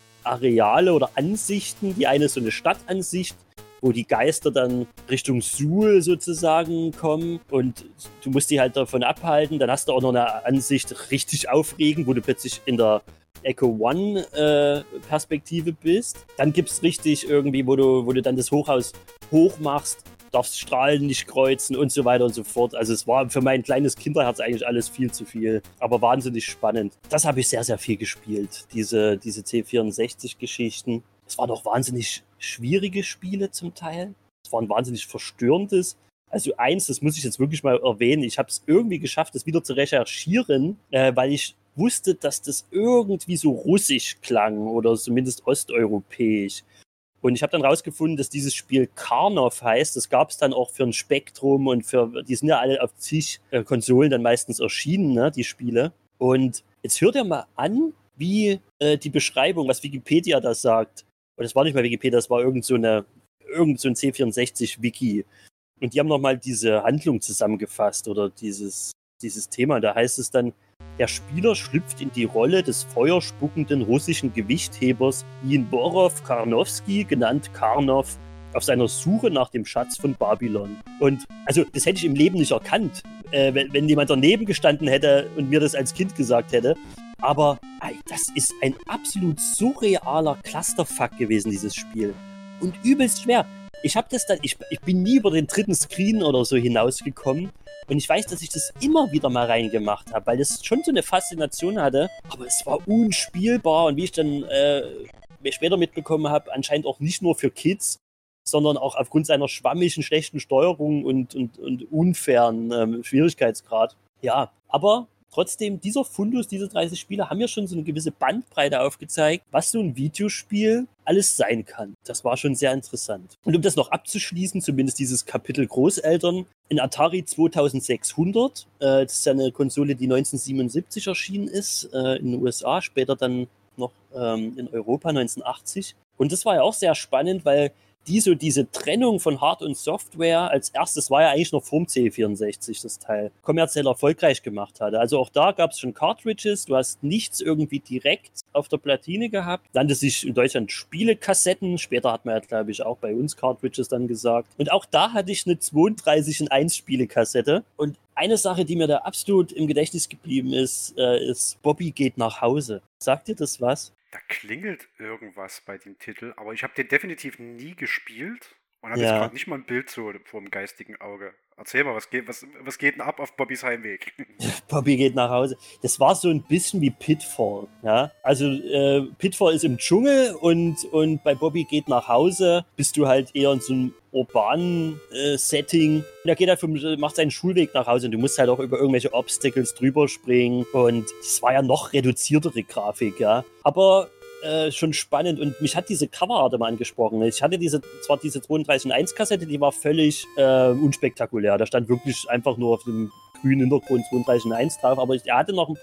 Areale oder Ansichten. Die eine ist so eine Stadtansicht, wo die Geister dann Richtung Suhl sozusagen kommen und du musst die halt davon abhalten. Dann hast du auch noch eine Ansicht richtig aufregend, wo du plötzlich in der Echo One äh, Perspektive bist. Dann gibt's richtig irgendwie, wo du, wo du dann das Hochhaus hochmachst, darfst Strahlen nicht kreuzen und so weiter und so fort. Also es war für mein kleines Kinderherz eigentlich alles viel zu viel, aber wahnsinnig spannend. Das habe ich sehr, sehr viel gespielt, diese, diese C vierundsechzig-Geschichten. Es waren auch wahnsinnig schwierige Spiele zum Teil. Es war ein wahnsinnig verstörendes. Also eins, das muss ich jetzt wirklich mal erwähnen, ich habe es irgendwie geschafft, das wieder zu recherchieren, äh, weil ich wusste, dass das irgendwie so russisch klang oder zumindest osteuropäisch. Und ich habe dann rausgefunden, dass dieses Spiel Karnov heißt. Das gab es dann auch für ein Spektrum und für, die sind ja alle auf zig äh, Konsolen dann meistens erschienen, ne, die Spiele. Und jetzt hört ihr mal an, wie äh, die Beschreibung, was Wikipedia da sagt. Und das war nicht mal Wikipedia, das war irgend so, eine, irgend so ein C vierundsechzig-Wiki. Und die haben nochmal diese Handlung zusammengefasst oder dieses, dieses Thema. Da heißt es dann, der Spieler schlüpft in die Rolle des feuerspuckenden russischen Gewichthebers Yin-Borov Karnowski, genannt Karnov, auf seiner Suche nach dem Schatz von Babylon. Und also das hätte ich im Leben nicht erkannt, äh, wenn, wenn jemand daneben gestanden hätte und mir das als Kind gesagt hätte. Aber ey, das ist ein absolut surrealer Clusterfuck gewesen, dieses Spiel. Und übelst schwer. Ich habe das dann, ich, ich bin nie über den dritten Screen oder so hinausgekommen. Und ich weiß, dass ich das immer wieder mal reingemacht habe, weil das schon so eine Faszination hatte. Aber es war unspielbar und wie ich dann äh, später mitbekommen habe, anscheinend auch nicht nur für Kids, sondern auch aufgrund seiner schwammigen, schlechten Steuerung und, und, und unfairen ähm, Schwierigkeitsgrad. Ja, aber trotzdem, dieser Fundus, diese dreißig Spiele haben ja schon so eine gewisse Bandbreite aufgezeigt, was so ein Videospiel alles sein kann. Das war schon sehr interessant. Und um das noch abzuschließen, zumindest dieses Kapitel Großeltern, ein Atari zweitausendsechshundert, äh, das ist ja eine Konsole, die neunzehnhundertsiebenundsiebzig erschienen ist, äh, in den U S A, später dann noch ähm, in Europa neunzehnhundertachtzig. Und das war ja auch sehr spannend, weil die so diese Trennung von Hard- und Software als erstes war ja eigentlich noch vorm C vierundsechzig, das Teil, kommerziell erfolgreich gemacht hatte. Also auch da gab es schon Cartridges, du hast nichts irgendwie direkt auf der Platine gehabt. Nannte sich in Deutschland Spielekassetten, später hat man ja, glaube ich, auch bei uns Cartridges dann gesagt. Und auch da hatte ich eine zweiunddreißig in eins Spielekassette. Und eine Sache, die mir da absolut im Gedächtnis geblieben ist, äh, ist Bobby geht nach Hause. Sagt dir das was? Da klingelt irgendwas bei dem Titel, aber ich habe den definitiv nie gespielt und habe jetzt Ja. gerade nicht mal ein Bild so vor dem geistigen Auge. Erzähl mal, was geht, was, was geht denn ab auf Bobbys Heimweg? Bobby geht nach Hause. Das war so ein bisschen wie Pitfall. Ja? Also äh, Pitfall ist im Dschungel und, und bei Bobby geht nach Hause bist du halt eher in so einem urbanen äh, Setting. Und er geht halt vom, macht seinen Schulweg nach Hause und du musst halt auch über irgendwelche Obstacles drüber springen. Und es war ja noch reduziertere Grafik, ja. Aber Äh, schon spannend und mich hat diese Coverart immer angesprochen. Ich hatte diese, zwar diese zweiunddreißig in eins Kassette, die war völlig äh, unspektakulär. Da stand wirklich einfach nur auf dem grünen Hintergrund zweiunddreißig in eins drauf, aber ich, er hatte noch ein paar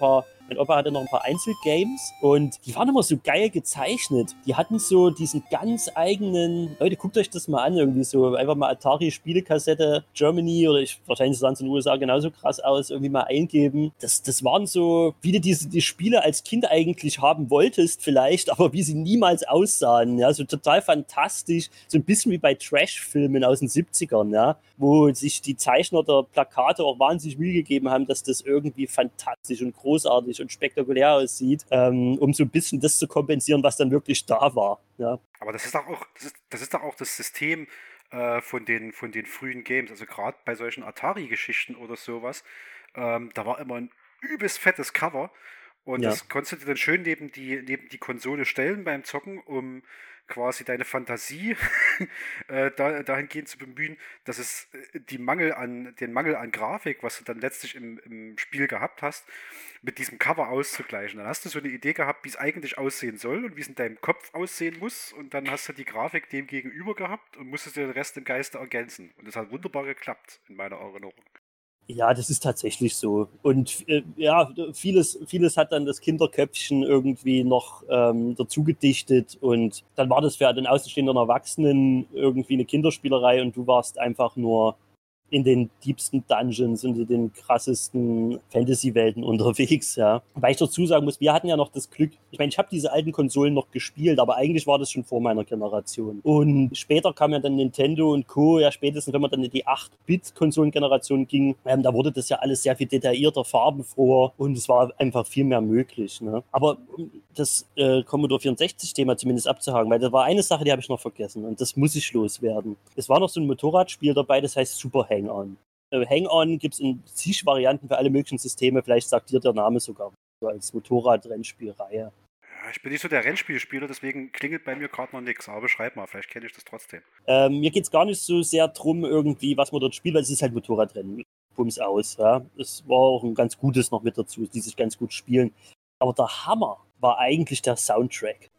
Mein Opa hatte noch ein paar Einzelgames und die waren immer so geil gezeichnet. Die hatten so diesen ganz eigenen, Leute, guckt euch das mal an, irgendwie so einfach mal Atari-Spielekassette Germany oder ich, wahrscheinlich sahen es in den U S A genauso krass aus, irgendwie mal eingeben. Das, das waren so, wie du diese die Spiele als Kind eigentlich haben wolltest vielleicht, aber wie sie niemals aussahen. Ja, so total fantastisch, so ein bisschen wie bei Trash-Filmen aus den siebzigern, ja, wo sich die Zeichner der Plakate auch wahnsinnig Mühe gegeben haben, dass das irgendwie fantastisch und großartig und spektakulär aussieht, ähm, um so ein bisschen das zu kompensieren, was dann wirklich da war. Ja. Aber das ist doch auch, das ist, das ist doch auch das System äh, von den, von den frühen Games. Also gerade bei solchen Atari-Geschichten oder sowas, ähm, da war immer ein übelst fettes Cover und Ja. das konntest du dir dann schön neben die, neben die Konsole stellen beim Zocken, um quasi deine Fantasie äh, da, dahingehend zu bemühen, dass es äh, die Mangel an, den Mangel an Grafik, was du dann letztlich im, im Spiel gehabt hast, mit diesem Cover auszugleichen. Dann hast du so eine Idee gehabt, wie es eigentlich aussehen soll und wie es in deinem Kopf aussehen muss und dann hast du die Grafik dem gegenüber gehabt und musstest dir den Rest im Geiste ergänzen. Und das hat wunderbar geklappt, in meiner Erinnerung. Ja, das ist tatsächlich so. Und äh, ja, vieles, vieles hat dann das Kinderköpfchen irgendwie noch ähm, dazu gedichtet und dann war das für den außenstehenden Erwachsenen irgendwie eine Kinderspielerei und du warst einfach nur in den tiefsten Dungeons und in den krassesten Fantasy-Welten unterwegs, ja. Weil ich dazu sagen muss, wir hatten ja noch das Glück, ich meine, ich habe diese alten Konsolen noch gespielt, aber eigentlich war das schon vor meiner Generation. Und später kam ja dann Nintendo und Co., ja spätestens, wenn man dann in die acht-Bit-Konsolengeneration ging, ähm, da wurde das ja alles sehr viel detaillierter, farbenfroher und es war einfach viel mehr möglich, ne. Aber um das äh, Commodore vierundsechzig-Thema zumindest abzuhaken, weil da war eine Sache, die habe ich noch vergessen und das muss ich loswerden. Es war noch so ein Motorradspiel dabei, das heißt Super Hang-On. Äh, Hang-On gibt es in zig Varianten für alle möglichen Systeme. Vielleicht sagt dir der Name sogar so als Motorrad-Rennspielreihe. Ja, ich bin nicht so der Rennspielspieler, deswegen klingelt bei mir gerade noch nichts. Aber beschreib mal, vielleicht kenne ich das trotzdem. Ähm, mir geht es gar nicht so sehr drum, irgendwie, was man dort spielt, weil es ist halt Motorradrennen. Bums aus. Ja. Es war auch ein ganz gutes noch mit dazu, die sich ganz gut spielen. Aber der Hammer war eigentlich der Soundtrack.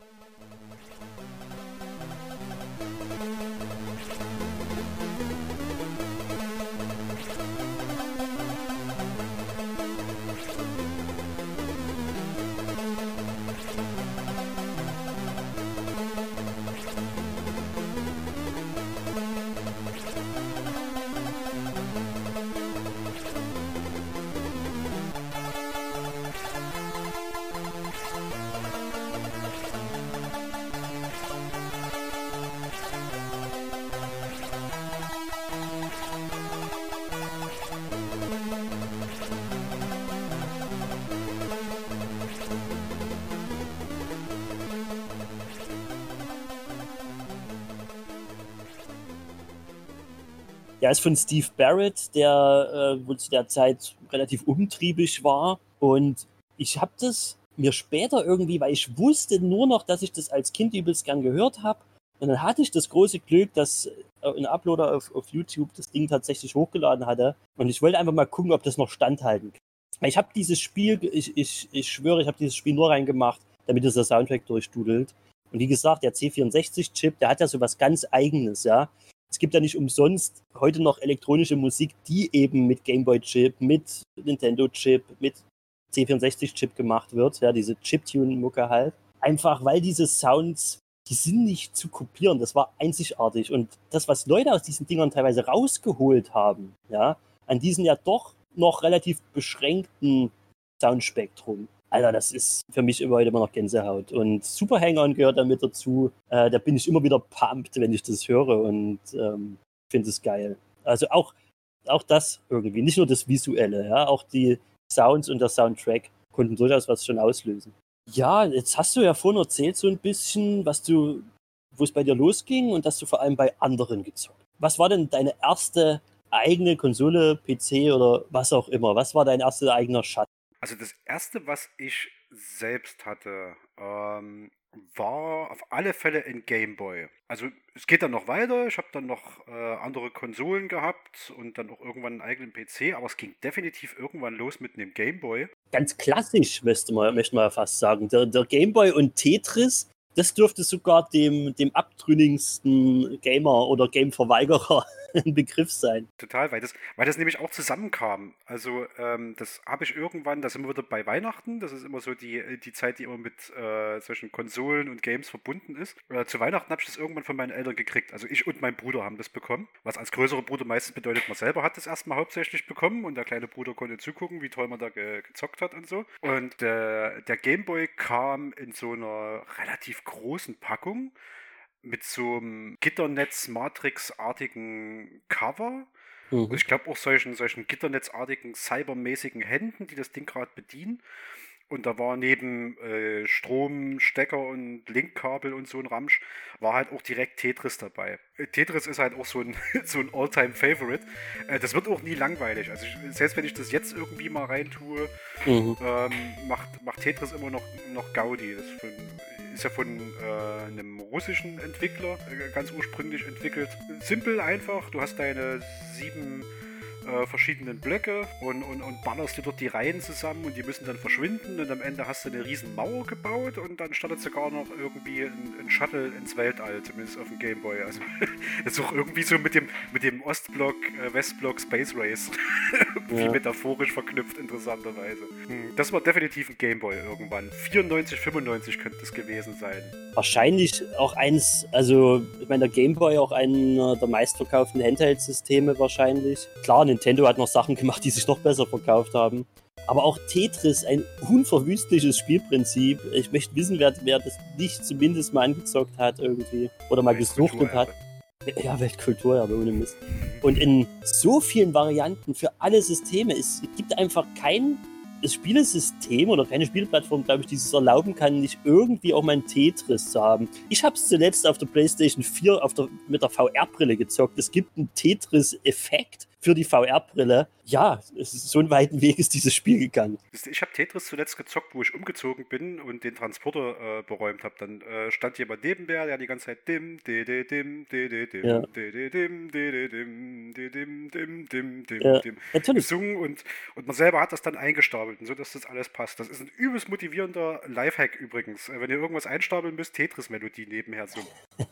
Der ist von Steve Barrett, der äh, wohl zu der Zeit relativ umtriebig war. Und ich habe das mir später irgendwie, weil ich wusste nur noch, dass ich das als Kind übelst gern gehört habe. Und dann hatte ich das große Glück, dass ein Uploader auf, auf YouTube das Ding tatsächlich hochgeladen hatte. Und ich wollte einfach mal gucken, ob das noch standhalten kann. Ich habe dieses Spiel, ich, ich, ich schwöre, ich habe dieses Spiel nur reingemacht, damit es der Soundtrack durchdudelt. Und wie gesagt, der C vierundsechzig-Chip, der hat ja so was ganz Eigenes, ja. Es gibt ja nicht umsonst heute noch elektronische Musik, die eben mit Gameboy-Chip, mit Nintendo-Chip, mit C vierundsechzig-Chip gemacht wird, ja, diese Chiptune-Mucke halt. Einfach, weil diese Sounds, die sind nicht zu kopieren, das war einzigartig. Und das, was Leute aus diesen Dingern teilweise rausgeholt haben, ja, an diesen ja doch noch relativ beschränkten Soundspektrum, Alter, das ist für mich immer heute immer noch Gänsehaut. Und Super Hang-On gehört damit dazu. Äh, da bin ich immer wieder pumped, wenn ich das höre und ähm, finde es geil. Also auch, auch das irgendwie, nicht nur das Visuelle, ja, auch die Sounds und der Soundtrack konnten durchaus was schon auslösen. Ja, jetzt hast du ja vorhin erzählt so ein bisschen, was du, wo es bei dir losging und dass du vor allem bei anderen gezockt. Was war denn deine erste eigene Konsole, P C oder was auch immer? Was war dein erster eigener Schatz? Also das erste, was ich selbst hatte, ähm, war auf alle Fälle ein Game Boy. Also es geht dann noch weiter, ich habe dann noch äh, andere Konsolen gehabt und dann auch irgendwann einen eigenen P C, aber es ging definitiv irgendwann los mit einem Game Boy. Ganz klassisch, möchte man, möchte man fast sagen. Der, der Game Boy und Tetris, Das dürfte sogar dem, dem abtrünnigsten Gamer oder Game-Verweigerer ein Begriff sein. Total, weil das, weil das nämlich auch zusammenkam. Also ähm, das habe ich irgendwann, da sind wir wieder bei Weihnachten, das ist immer so die, die Zeit, die immer mit äh, solchen Konsolen und Games verbunden ist. Äh, zu Weihnachten habe ich das irgendwann von meinen Eltern gekriegt. Also ich und mein Bruder haben das bekommen. Was als größerer Bruder meistens bedeutet, man selber hat das erstmal hauptsächlich bekommen und der kleine Bruder konnte zugucken, wie toll man da ge gezockt hat und so. Und äh, der Gameboy kam in so einer relativ großen Packung mit so einem Gitternetz-Matrix-artigen Cover. Mhm. Und ich glaube auch solchen, solchen Gitternetzartigen, cybermäßigen Händen, die das Ding gerade bedienen. Und da war neben äh, Strom, Stecker und Linkkabel und so ein Ramsch, war halt auch direkt Tetris dabei. Äh, Tetris ist halt auch so ein, so ein All-Time-Favorite. Äh, das wird auch nie langweilig. Also ich, selbst wenn ich das jetzt irgendwie mal reintue, mhm. ähm, macht, macht Tetris immer noch, noch Gaudi. Das ist, von, ist ja von äh, einem russischen Entwickler äh, ganz ursprünglich entwickelt. Simpel, einfach. Du hast deine sieben Äh, verschiedenen Blöcke und, und, und ballerst dir dort die Reihen zusammen und die müssen dann verschwinden und am Ende hast du eine riesen Mauer gebaut und dann startet sogar noch irgendwie ein, ein Shuttle ins Weltall, zumindest auf dem Gameboy. Also das ist auch irgendwie so mit dem, mit dem Ostblock, äh, Westblock Space Race irgendwie ja. metaphorisch verknüpft, interessanterweise. Hm, das war definitiv ein Gameboy irgendwann. vierundneunzig, fünfundneunzig könnte es gewesen sein. Wahrscheinlich auch eins, also ich meine, der Gameboy auch einer der meistverkauften Handheld-Systeme wahrscheinlich. Klar, Nintendo hat noch Sachen gemacht, die sich noch besser verkauft haben. Aber auch Tetris, ein unverwüstliches Spielprinzip. Ich möchte wissen, wer, wer das nicht zumindest mal angezockt hat irgendwie. Oder mal gesuchtet hat. Ja, Weltkulturerbe, ohne Mist. Und in so vielen Varianten für alle Systeme. Es gibt einfach kein Spielesystem oder keine Spielplattform, glaube ich, die es erlauben kann, nicht irgendwie auch mal ein Tetris zu haben. Ich habe es zuletzt auf der PlayStation vier auf der, mit der V R-Brille gezockt. Es gibt einen Tetris-Effekt für die V R-Brille. Ja, es ist so einen weiten Weg ist dieses Spiel gegangen. Ich habe Tetris zuletzt gezockt, wo ich umgezogen bin und den Transporter äh, beräumt habe. Dann äh, stand jemand neben mir, der die ganze Zeit dim, de, de, dim, de, de, dim, ja. de, de, dim, de, de, dim, de, dim, dim, dim, dim, ja, dim, gesungen und, und man selber hat das dann eingestapelt, so dass das alles passt. Das ist ein übelst motivierender Lifehack übrigens. Wenn ihr irgendwas einstapeln müsst, Tetris-Melodie nebenher singen.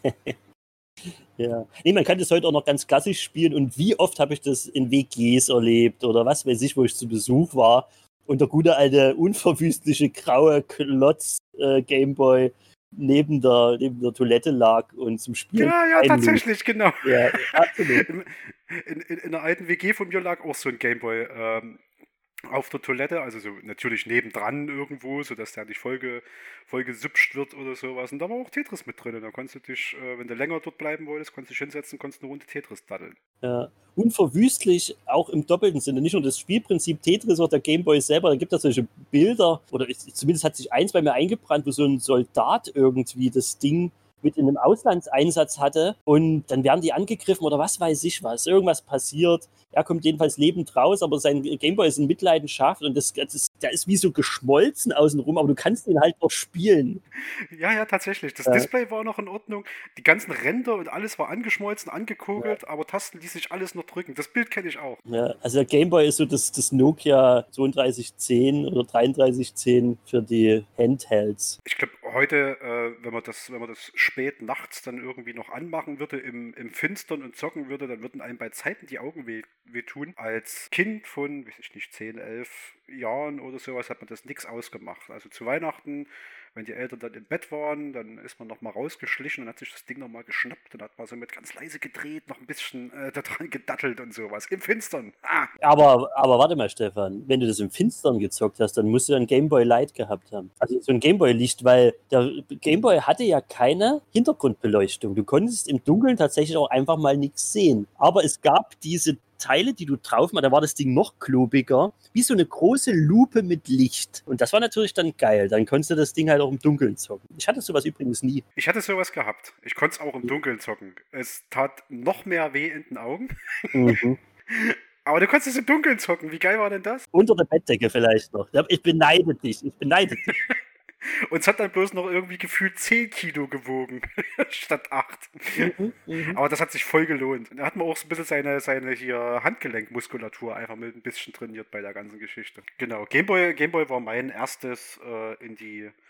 Ja. Nee, man kann das heute auch noch ganz klassisch spielen und wie oft habe ich das in W Gs erlebt oder was weiß ich, wo ich zu Besuch war und der gute alte unverwüstliche graue Klotz äh, Gameboy neben der, neben der Toilette lag und zum Spielen. Ja, ja, tatsächlich, genau. Ja, absolut. In, in, in, in einer alten W G von mir lag auch so ein Gameboy ähm, auf der Toilette, also so natürlich nebendran irgendwo, sodass der nicht voll, voll gesüpscht wird oder sowas. Und da war auch Tetris mit drin. Und da konntest du dich, äh, wenn du länger dort bleiben wolltest, konntest du dich hinsetzen, konntest eine Runde Tetris daddeln. Ja, unverwüstlich, auch im doppelten Sinne. Nicht nur das Spielprinzip Tetris oder der Gameboy selber, da gibt es solche Bilder, oder ich, zumindest hat sich eins bei mir eingebrannt, wo so ein Soldat irgendwie das Ding mit in einem Auslandseinsatz hatte und dann werden die angegriffen oder was weiß ich was, irgendwas passiert. Er kommt jedenfalls lebend raus, aber sein Gameboy ist in Mitleidenschaft und das, das, der ist wie so geschmolzen außenrum, aber du kannst ihn halt noch spielen. Ja, ja, tatsächlich. Das ja. Display war noch in Ordnung, die ganzen Ränder und alles war angeschmolzen, angekugelt, ja. aber Tasten ließ sich alles noch drücken. Das Bild kenne ich auch. Ja, also der Gameboy ist so das, das Nokia zweiunddreißig zehn oder dreiunddreißig zehn für die Handhelds. Ich glaube, heute, äh, wenn man das, wenn man das spät nachts dann irgendwie noch anmachen würde, im, im Finstern und zocken würde, dann würden einem bei Zeiten die Augen weh, weh tun. Als Kind von, weiß ich nicht, zehn, elf Jahren oder sowas hat man das nichts ausgemacht. Also zu Weihnachten, wenn die Eltern dann im Bett waren, dann ist man nochmal rausgeschlichen und hat sich das Ding nochmal geschnappt und hat mal so mit ganz leise gedreht, noch ein bisschen äh, da dran gedattelt und sowas. Im Finstern. Ah. Aber, aber warte mal, Stefan, wenn du das im Finstern gezockt hast, dann musst du ein Gameboy Light gehabt haben. Also so ein Gameboy-Licht, weil der Gameboy hatte ja keine Hintergrundbeleuchtung. Du konntest im Dunkeln tatsächlich auch einfach mal nichts sehen. Aber es gab diese Teile, die du drauf machst, da war das Ding noch klobiger, wie so eine große Lupe mit Licht. Und das war natürlich dann geil. Dann konntest du das Ding halt auch im Dunkeln zocken. Ich hatte sowas übrigens nie. Ich hatte sowas gehabt. Ich konnte es auch im Dunkeln zocken. Es tat noch mehr weh in den Augen. Mhm. Aber du konntest es im Dunkeln zocken. Wie geil war denn das? Unter der Bettdecke vielleicht noch. Ich beneide dich. Ich beneide dich. Und es hat dann bloß noch irgendwie gefühlt zehn Kilo gewogen, statt acht. Mhm, mh. Aber das hat sich voll gelohnt. Da hat man auch so ein bisschen seine, seine hier Handgelenkmuskulatur einfach mit ein bisschen trainiert bei der ganzen Geschichte. Genau, Gameboy, Gameboy war mein erstes äh, in die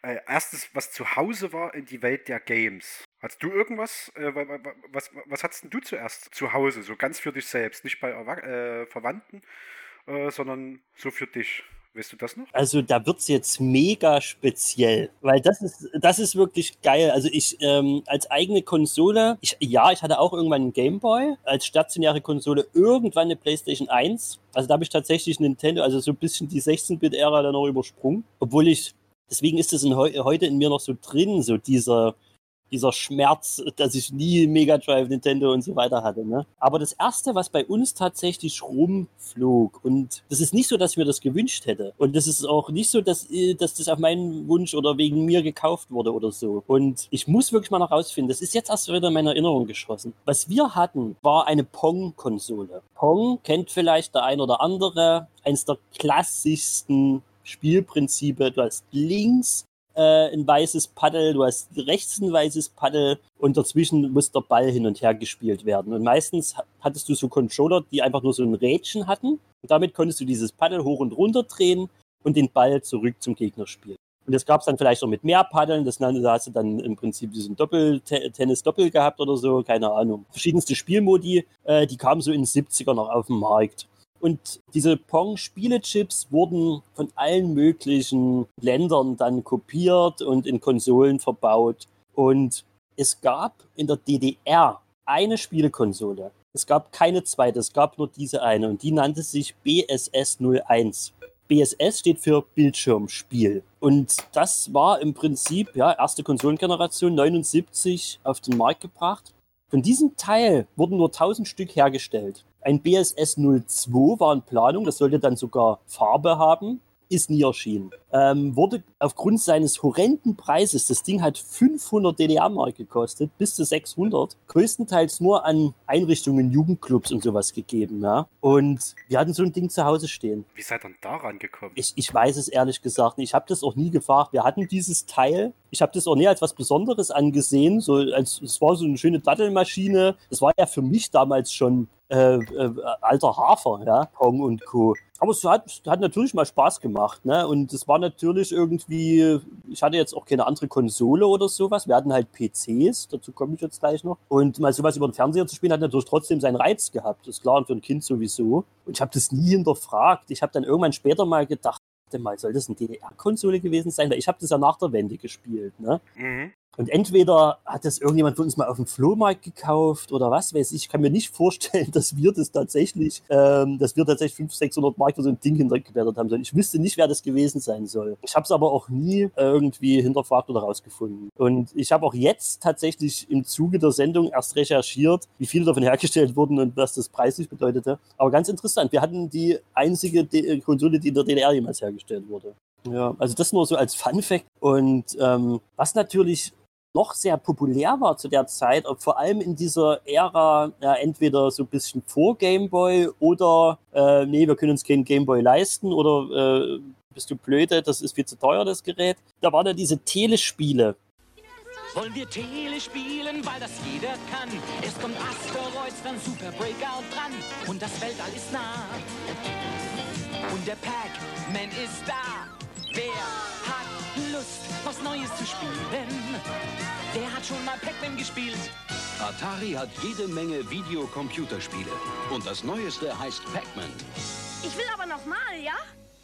äh, erstes, was zu Hause war, in die Welt der Games. Hast du irgendwas, äh, wa- wa- wa- was, was hattest denn du zuerst zu Hause, so ganz für dich selbst, nicht bei Erwa äh, Verwandten, äh, sondern so für dich? Weißt du das noch? Also da wird's jetzt mega speziell, weil das ist, das ist wirklich geil. Also ich ähm, als eigene Konsole, ich, ja, ich hatte auch irgendwann einen Gameboy, als stationäre Konsole irgendwann eine PlayStation eins. Also da habe ich tatsächlich Nintendo, also so ein bisschen die sechzehn-Bit-Ära dann noch übersprungen. Obwohl ich, deswegen ist es in, heu- heute in mir noch so drin, so dieser dieser Schmerz, dass ich nie Mega Drive, Nintendo und so weiter hatte. Ne? Aber das Erste, was bei uns tatsächlich rumflog, und das ist nicht so, dass ich mir das gewünscht hätte. Und das ist auch nicht so, dass, äh, dass das auf meinen Wunsch oder wegen mir gekauft wurde oder so. Und ich muss wirklich mal noch rausfinden, das ist jetzt erst wieder in meiner Erinnerung geschossen. Was wir hatten, war eine Pong-Konsole. Pong kennt vielleicht der ein oder andere, eines der klassischsten Spielprinzipe. Du hast links äh, ein weißes Paddel, du hast rechts ein weißes Paddel und dazwischen muss der Ball hin und her gespielt werden. Und meistens hattest du so Controller, die einfach nur so ein Rädchen hatten und damit konntest du dieses Paddel hoch und runter drehen und den Ball zurück zum Gegner spielen. Und das gab es dann vielleicht auch mit mehr Paddeln, das nannte, da hast du dann im Prinzip diesen Doppel-Tennis-Doppel gehabt oder so, keine Ahnung. Verschiedenste Spielmodi, äh, die kamen so in den siebziger noch auf den Markt. Und diese Pong-Spielechips wurden von allen möglichen Ländern dann kopiert und in Konsolen verbaut. Und es gab in der D D R eine Spielekonsole. Es gab keine zweite, es gab nur diese eine. Und die nannte sich B S S null eins. B S S steht für Bildschirmspiel. Und das war im Prinzip, ja, erste Konsolengeneration, neunundsiebzig auf den Markt gebracht. Von diesem Teil wurden nur tausend Stück hergestellt. Ein B S S null zwei war in Planung, das sollte dann sogar Farbe haben, ist nie erschienen. Ähm, wurde aufgrund seines horrenden Preises, das Ding hat fünfhundert D D R-Mark gekostet, bis zu sechshundert, größtenteils nur an Einrichtungen, Jugendclubs und sowas gegeben. Ja? Und wir hatten so ein Ding zu Hause stehen. Wie seid ihr denn daran gekommen? Ich, ich weiß es ehrlich gesagt nicht. Ich habe das auch nie gefragt. Wir hatten dieses Teil. Ich habe das auch nie als was Besonderes angesehen. So als, es war so eine schöne Dattelmaschine. Das war ja für mich damals schon äh, äh, alter Hafer, ja, Pong und Co. Aber es hat, hat natürlich mal Spaß gemacht, ne? Und es war natürlich irgendwie, ich hatte jetzt auch keine andere Konsole oder sowas. Wir hatten halt P Cs, dazu komme ich jetzt gleich noch. Und mal sowas über den Fernseher zu spielen, hat natürlich trotzdem seinen Reiz gehabt. Das ist klar, und für ein Kind sowieso. Und ich habe das nie hinterfragt. Ich habe dann irgendwann später mal gedacht, mal, soll das eine D D R-Konsole gewesen sein? Weil ich habe das ja nach der Wende gespielt, ne? Mhm. Und entweder hat das irgendjemand von uns mal auf dem Flohmarkt gekauft oder was weiß ich. Ich kann mir nicht vorstellen, dass wir das tatsächlich, ähm, dass wir tatsächlich fünfhundert, sechshundert Mark für so ein Ding hintergeblättert haben sollen. Ich wüsste nicht, wer das gewesen sein soll. Ich habe es aber auch nie irgendwie hinterfragt oder rausgefunden. Und ich habe auch jetzt tatsächlich im Zuge der Sendung erst recherchiert, wie viele davon hergestellt wurden und was das preislich bedeutete. Aber ganz interessant, wir hatten die einzige D- Konsole, die in der D D R jemals hergestellt wurde. Ja, also das nur so als Fun-Fact. Und ähm, was natürlich noch sehr populär war zu der Zeit, vor allem in dieser Ära, ja, entweder so ein bisschen vor Gameboy oder äh, nee, wir können uns keinen Gameboy leisten oder äh, bist du blöde, das ist viel zu teuer, das Gerät. Da waren ja diese Telespiele. Wollen wir Tele spielen, weil das jeder kann. Erst kommt Asteroids, dann Super Breakout dran. Und das Weltall ist nah. Und der Pac-Man ist da. Wer hat Lust, was Neues zu spielen? Der hat schon mal Pac-Man gespielt. Atari hat jede Menge Videocomputerspiele. Und das Neueste heißt Pac-Man. Ich will aber noch mal, ja?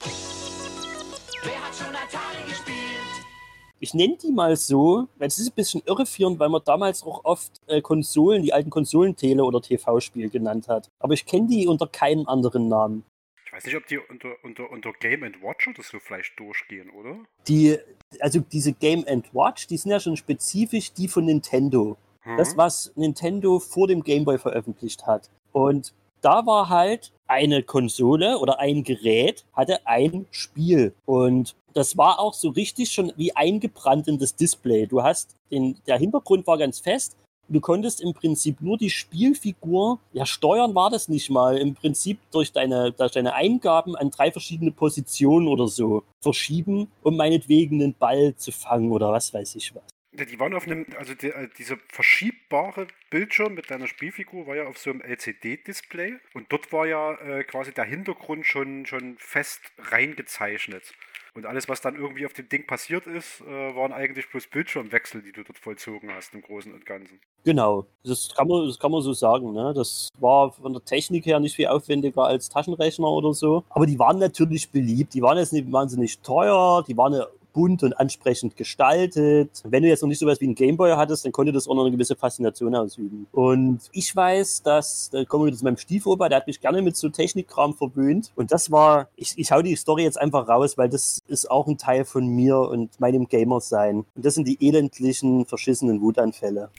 Wer hat schon Atari gespielt? Ich nenne die mal so, weil es ist ein bisschen irreführend, weil man damals auch oft äh, Konsolen, die alten Konsolentele- oder T V-Spiel genannt hat. Aber ich kenne die unter keinem anderen Namen. Ich weiß nicht, ob die unter, unter, unter Game and Watch oder so vielleicht durchgehen, oder? Die, also diese Game and Watch, die sind ja schon spezifisch die von Nintendo. Hm. Das, was Nintendo vor dem Game Boy veröffentlicht hat. Und da war halt eine Konsole oder ein Gerät, hatte ein Spiel. Und das war auch so richtig schon wie eingebrannt in das Display. Du hast den, der Hintergrund war ganz fest. Du konntest im Prinzip nur die Spielfigur, ja, steuern war das nicht mal, im Prinzip durch deine, durch deine Eingaben an drei verschiedene Positionen oder so verschieben, um meinetwegen einen Ball zu fangen oder was weiß ich was. Die waren auf einem, also die, äh, dieser verschiebbare Bildschirm mit deiner Spielfigur war ja auf so einem L C D-Display und dort war ja äh, quasi der Hintergrund schon, schon fest reingezeichnet. Und alles, was dann irgendwie auf dem Ding passiert ist, äh, waren eigentlich bloß Bildschirmwechsel, die du dort vollzogen hast im Großen und Ganzen. Genau, das kann man, das kann man so sagen. Ne? Das war von der Technik her nicht viel aufwendiger als Taschenrechner oder so. Aber die waren natürlich beliebt. Die waren jetzt nicht wahnsinnig teuer, die waren ja bunt und ansprechend gestaltet. Wenn du jetzt noch nicht sowas wie einen Gameboy hattest, dann konnte das auch noch eine gewisse Faszination ausüben. Und ich weiß, dass, da kommen wir wieder zu meinem Stiefoper, der hat mich gerne mit so Technikkram verwöhnt. Und das war, ich, ich hau die Story jetzt einfach raus, weil das ist auch ein Teil von mir und meinem Gamer-Sein. Und das sind die elendlichen, verschissenen Wutanfälle.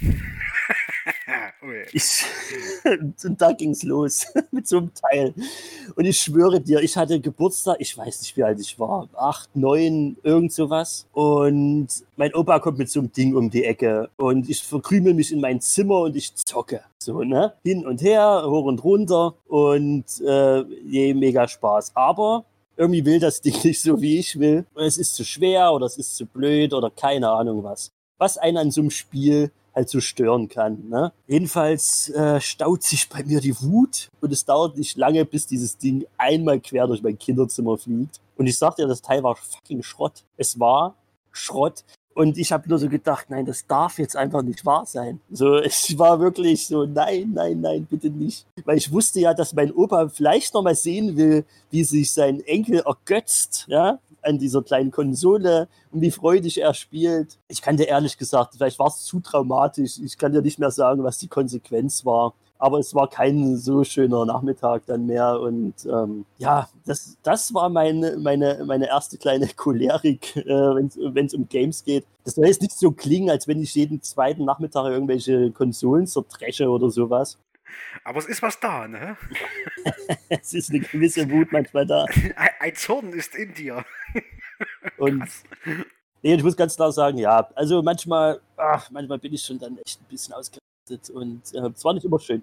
Ich, und da ging's los mit so einem Teil. Und ich schwöre dir, ich hatte Geburtstag, ich weiß nicht, wie alt ich war, acht, neun, irgend sowas. Und mein Opa kommt mit so einem Ding um die Ecke und ich verkrümel mich in mein Zimmer und ich zocke. So, ne? Hin und her, hoch und runter und äh, je, mega Spaß. Aber irgendwie will das Ding nicht so, wie ich will. Und es ist zu schwer oder es ist zu blöd oder keine Ahnung was. Was einen an so einem Spiel halt so stören kann. Ne? Jedenfalls äh, staut sich bei mir die Wut und es dauert nicht lange, bis dieses Ding einmal quer durch mein Kinderzimmer fliegt. Und ich sag dir, das Teil war fucking Schrott. Es war Schrott. Und ich habe nur so gedacht, nein, das darf jetzt einfach nicht wahr sein. So, es war wirklich so, nein, nein, nein, bitte nicht. Weil ich wusste ja, dass mein Opa vielleicht noch mal sehen will, wie sich sein Enkel ergötzt, ja, an dieser kleinen Konsole und wie freudig er spielt. Ich kann dir ehrlich gesagt, vielleicht war es zu traumatisch. Ich kann dir nicht mehr sagen, was die Konsequenz war. Aber es war kein so schöner Nachmittag dann mehr. Und ähm, ja, das, das war meine, meine, meine erste kleine Cholerik, äh, wenn es um Games geht. Das soll jetzt nicht so klingen, als wenn ich jeden zweiten Nachmittag irgendwelche Konsolen zerdresche oder sowas. Aber es ist was da, ne? Es ist eine gewisse Wut manchmal da. Ein, ein Zorn ist in dir. Und nee, ich muss ganz klar sagen, ja, also manchmal, ach, manchmal bin ich schon dann echt ein bisschen ausgerastet und äh, es war nicht immer schön.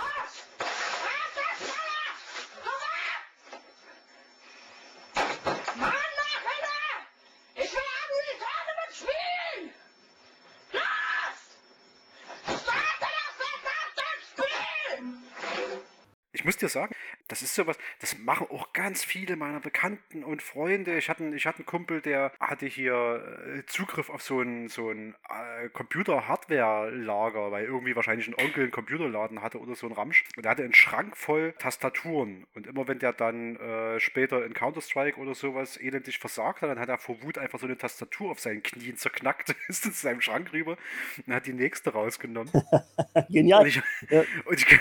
Ich muss dir sagen, das ist sowas, das machen auch ganz viele meiner Bekannten und Freunde. Ich hatte, ich hatte einen Kumpel, der hatte hier äh, Zugriff auf so ein, so ein äh, Computer-Hardware-Lager, weil irgendwie wahrscheinlich ein Onkel einen Computerladen hatte oder so ein Ramsch. Und der hatte einen Schrank voll Tastaturen. Und immer wenn der dann äh, später in Counter-Strike oder sowas elendig versagt hat, dann hat er vor Wut einfach so eine Tastatur auf seinen Knien zerknackt, ist in seinem Schrank rüber und hat die nächste rausgenommen. Genial. Und ich, ja. und ich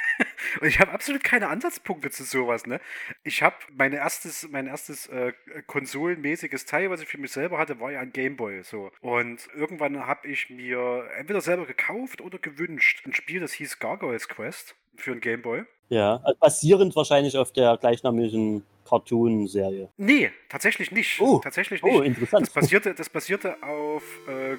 Und ich habe absolut keine Ansatzpunkte zu sowas, ne? Ich habe mein erstes, mein erstes äh, konsolenmäßiges Teil, was ich für mich selber hatte, war ja ein Gameboy, so. Und irgendwann habe ich mir entweder selber gekauft oder gewünscht ein Spiel, das hieß Gargoyles Quest für ein Gameboy. Ja, also basierend wahrscheinlich auf der gleichnamigen Cartoon-Serie. Nee, tatsächlich nicht. Oh, tatsächlich nicht. Oh, interessant. Das basierte, das basierte auf äh,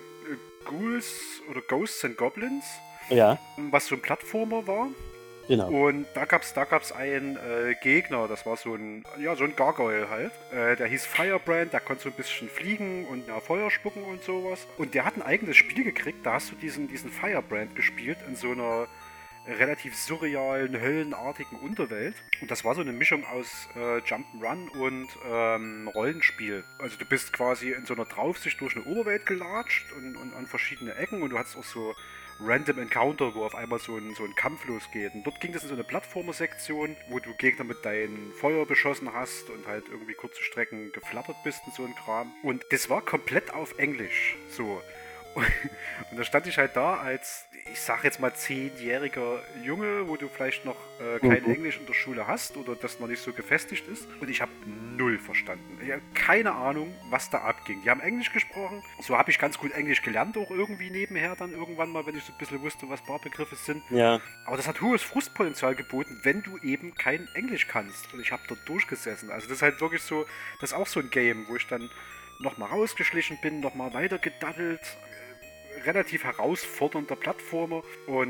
Ghouls oder Ghosts and Goblins, ja. was so ein Plattformer war. Genau. Und da gab's, da gab's einen äh, Gegner, das war so ein, ja, so ein Gargoyle halt. Äh, der hieß Firebrand, der konnte so ein bisschen fliegen und ja, Feuer spucken und sowas. Und der hat ein eigenes Spiel gekriegt, da hast du diesen, diesen Firebrand gespielt in so einer relativ surrealen, höllenartigen Unterwelt. Und das war so eine Mischung aus äh, Jump'n'Run und ähm, Rollenspiel. Also du bist quasi in so einer Draufsicht durch eine Oberwelt gelatscht und, und an verschiedene Ecken und du hattest auch so Random Encounter, wo auf einmal so ein, so ein Kampf losgeht. Und dort ging das in so eine Plattformer-Sektion, wo du Gegner mit deinem Feuer beschossen hast und halt irgendwie kurze Strecken geflattert bist und so ein Kram. Und das war komplett auf Englisch. So. Und da stand ich halt da als, ich sag jetzt mal, zehnjähriger Junge, wo du vielleicht noch äh, kein mhm. Englisch in der Schule hast oder das noch nicht so gefestigt ist. Und ich habe null verstanden. Ich habe keine Ahnung, was da abging. Die haben Englisch gesprochen. So habe ich ganz gut Englisch gelernt, auch irgendwie nebenher dann irgendwann mal, wenn ich so ein bisschen wusste, was Barbegriffe sind. Ja. Aber das hat hohes Frustpotenzial geboten, wenn du eben kein Englisch kannst. Und ich habe dort durchgesessen. Also das ist halt wirklich so, das ist auch so ein Game, wo ich dann nochmal rausgeschlichen bin, nochmal weiter gedaddelt. Relativ herausfordernder Plattformer und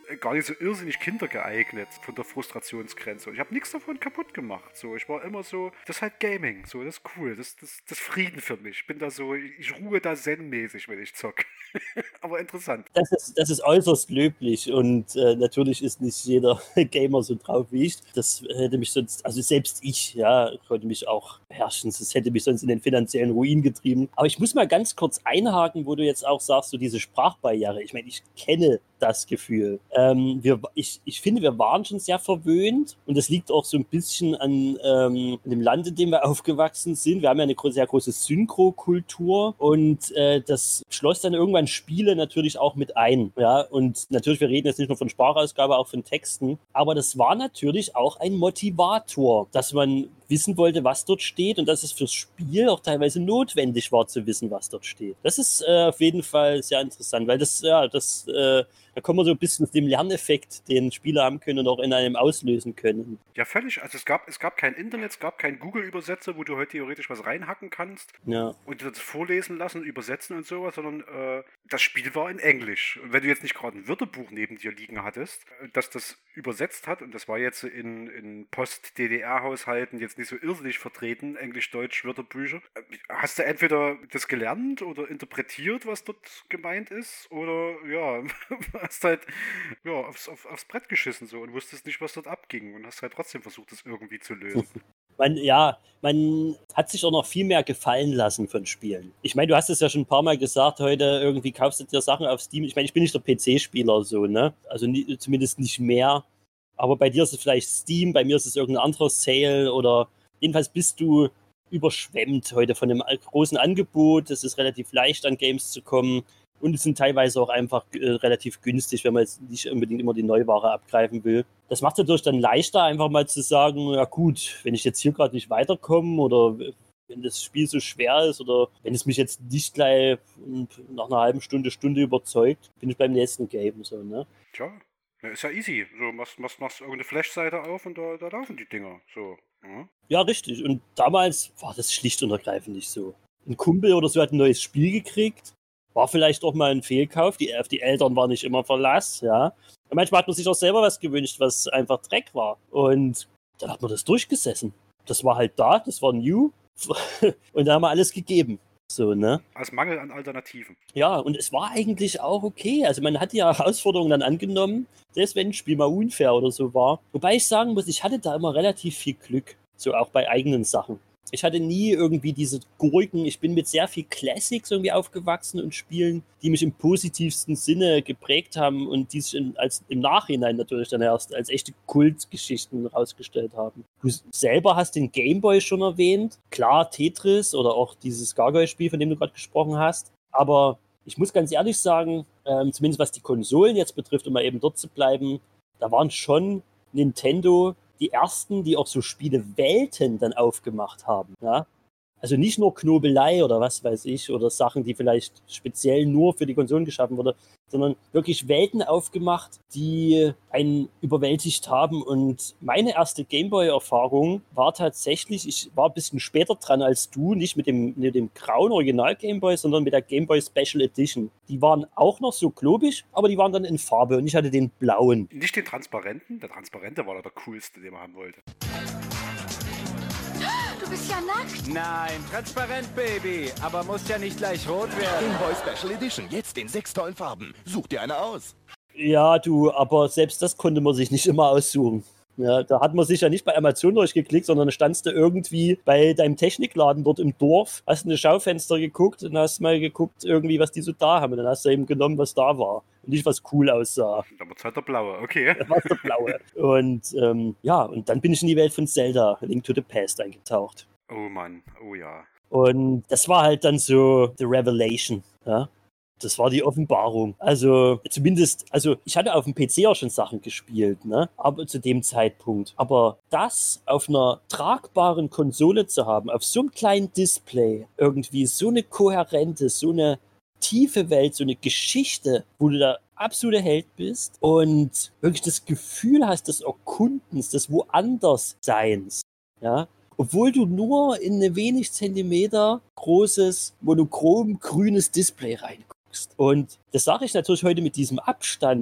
gar nicht so irrsinnig kindergeeignet von der Frustrationsgrenze. Und ich habe nichts davon kaputt gemacht. So, ich war immer so, das ist halt Gaming, so, das ist cool, das, das, das ist Frieden für mich. Ich bin da so, ich ruhe da zen-mäßig, wenn ich zocke. Aber interessant. Das ist, das ist äußerst löblich und äh, natürlich ist nicht jeder Gamer so drauf wie ich. Das hätte mich sonst, also selbst ich, ja, konnte mich auch beherrschen. Das hätte mich sonst in den finanziellen Ruin getrieben. Aber ich muss mal ganz kurz einhaken, wo du jetzt auch sagst, so diese Sprachbarriere. Ich meine, ich kenne das Gefühl. Ähm, wir, ich, ich finde, wir waren schon sehr verwöhnt und das liegt auch so ein bisschen an, ähm, an dem Land, in dem wir aufgewachsen sind. Wir haben ja eine gro- sehr große Synchrokultur und äh, das schloss dann irgendwann Spiele natürlich auch mit ein. Ja? Und natürlich, wir reden jetzt nicht nur von Sprachausgabe, auch von Texten, aber das war natürlich auch ein Motivator, dass man wissen wollte, was dort steht und dass es fürs Spiel auch teilweise notwendig war, zu wissen, was dort steht. Das ist äh, auf jeden Fall sehr interessant, weil das, ja, das, äh, da kommen wir so ein bisschen zu dem Lerneffekt, den Spieler haben können und auch in einem auslösen können. Ja, völlig. Also es gab, es gab kein Internet, es gab keinen Google-Übersetzer, wo du heute theoretisch was reinhacken kannst Ja. und dir das vorlesen lassen, übersetzen und sowas, sondern äh, das Spiel war in Englisch. Und wenn du jetzt nicht gerade ein Wörterbuch neben dir liegen hattest, äh, das das übersetzt hat, und das war jetzt in, in Post-D D R-Haushalten jetzt nicht so irrsinnig vertreten, Englisch-Deutsch-Wörterbücher, äh, hast du entweder das gelernt oder interpretiert, was dort gemeint ist, oder ja, hast halt ja, aufs, auf, aufs Brett geschissen so und wusstest nicht, was dort abging und hast halt trotzdem versucht, das irgendwie zu lösen. Man, ja, man hat sich auch noch viel mehr gefallen lassen von Spielen. Ich meine, du hast es ja schon ein paar Mal gesagt, heute irgendwie kaufst du dir Sachen auf Steam. Ich meine, ich bin nicht der P C-Spieler so, ne? Also nie, zumindest nicht mehr. Aber bei dir ist es vielleicht Steam, bei mir ist es irgendein anderer Sale oder jedenfalls bist du überschwemmt heute von einem großen Angebot. Es ist relativ leicht, an Games zu kommen. Und es sind teilweise auch einfach äh, relativ günstig, wenn man jetzt nicht unbedingt immer die Neuware abgreifen will. Das macht es natürlich dann leichter, einfach mal zu sagen, ja gut, wenn ich jetzt hier gerade nicht weiterkomme oder wenn das Spiel so schwer ist oder wenn es mich jetzt nicht gleich nach einer halben Stunde, Stunde überzeugt, bin ich beim nächsten Game. So, ne? Tja, ja, ist ja easy. So, machst, machst, machst irgendeine Flash-Seite auf und da, da laufen die Dinger. So. Ja. Ja, richtig. Und damals war das schlicht und ergreifend nicht so. Ein Kumpel oder so hat ein neues Spiel gekriegt. War vielleicht auch mal ein Fehlkauf, die, auf die Eltern war nicht immer Verlass, ja. Und manchmal hat man sich auch selber was gewünscht, was einfach Dreck war. Und dann hat man das durchgesessen. Das war halt da, das war new. Und da haben wir alles gegeben. So, ne? Aus Mangel an Alternativen. Ja, und es war eigentlich auch okay. Also man hat die Herausforderungen dann angenommen, selbst wenn ein Spiel mal unfair oder so war. Wobei ich sagen muss, ich hatte da immer relativ viel Glück. So auch bei eigenen Sachen. Ich hatte nie irgendwie diese Gurken, ich bin mit sehr viel Classics irgendwie aufgewachsen und Spielen, die mich im positivsten Sinne geprägt haben und die sich in, als, im Nachhinein natürlich dann erst als echte Kultgeschichten rausgestellt haben. Du selber hast den Gameboy schon erwähnt, klar Tetris oder auch dieses Gargoyle-Spiel, von dem du gerade gesprochen hast, aber ich muss ganz ehrlich sagen, ähm, zumindest was die Konsolen jetzt betrifft, um mal eben dort zu bleiben, da waren schon Nintendo die ersten, die auch so Spielewelten dann aufgemacht haben. Ja? Also nicht nur Knobelei oder was weiß ich oder Sachen, die vielleicht speziell nur für die Konsolen geschaffen wurden, sondern wirklich Welten aufgemacht, die einen überwältigt haben. Und meine erste Gameboy-Erfahrung war tatsächlich, ich war ein bisschen später dran als du, nicht mit dem, mit dem grauen Original-Gameboy, sondern mit der Gameboy Special Edition. Die waren auch noch so klobig, aber die waren dann in Farbe und ich hatte den blauen. Nicht den transparenten? Der transparente war der coolste, den man haben wollte. Du bist ja nackt. Nein, transparent, Baby. Aber muss ja nicht gleich rot werden. Gameboy Special Edition, jetzt in sechs tollen Farben. Such dir eine aus. Ja, du, aber selbst das konnte man sich nicht immer aussuchen. Ja, da hat man sich ja nicht bei Amazon durchgeklickt, sondern standst du irgendwie bei deinem Technikladen dort im Dorf, hast in das Schaufenster geguckt und hast mal geguckt, irgendwie, was die so da haben. Und dann hast du eben genommen, was da war. Und nicht, was cool aussah. Da war halt der blaue, okay. Da war der blaue. Und ähm, ja, und dann bin ich in die Welt von Zelda, Link to the Past, eingetaucht. Oh Mann, oh ja. Und das war halt dann so the Revelation, ja. Das war die Offenbarung. Also zumindest, also ich hatte auf dem P C auch schon Sachen gespielt, ne? Aber zu dem Zeitpunkt. Aber das auf einer tragbaren Konsole zu haben, auf so einem kleinen Display, irgendwie so eine kohärente, so eine tiefe Welt, so eine Geschichte, wo du da absoluter Held bist und wirklich das Gefühl hast des Erkundens, des Woandersseins, ja? Obwohl du nur in eine wenig Zentimeter großes, monochrom grünes Display reinguckst. Und das sage ich natürlich heute mit diesem Abstand,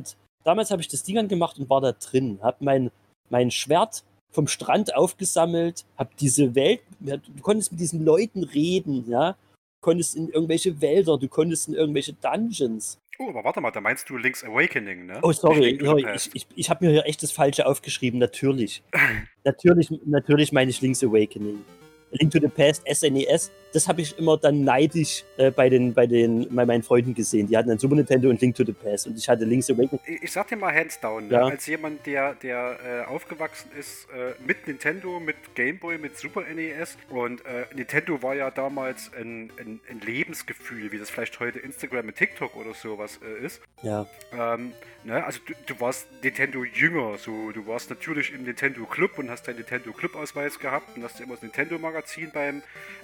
damals habe ich das Ding angemacht und war da drin. Hab mein, mein Schwert vom Strand aufgesammelt, hab diese Welt, du konntest mit diesen Leuten reden, ja. Du konntest in irgendwelche Wälder, du konntest in irgendwelche Dungeons. Oh, aber warte mal, da meinst du Link's Awakening, ne? Oh, sorry, Nicht Link to sorry the Past. ich, ich, ich habe mir hier echt das Falsche aufgeschrieben, natürlich. natürlich. Natürlich meine ich Link's Awakening. Link to the Past, S N E S, das habe ich immer dann neidisch äh, bei, den, bei, den, bei meinen Freunden gesehen. Die hatten ein Super Nintendo und Link to the Past und ich hatte Link's Awakening. Ich, ich sag dir mal hands down, Ja. ne? Als jemand, der, der äh, aufgewachsen ist äh, mit Nintendo, mit Game Boy, mit Super N E S und äh, Nintendo war ja damals ein, ein, ein Lebensgefühl, wie das vielleicht heute Instagram mit TikTok oder sowas äh, ist. Ja. Ähm, ne? Also du, du warst Nintendo-Jünger, so, du warst natürlich im Nintendo-Club und hast deinen Nintendo-Club-Ausweis gehabt und hast dir immer das Nintendo-Magazin beim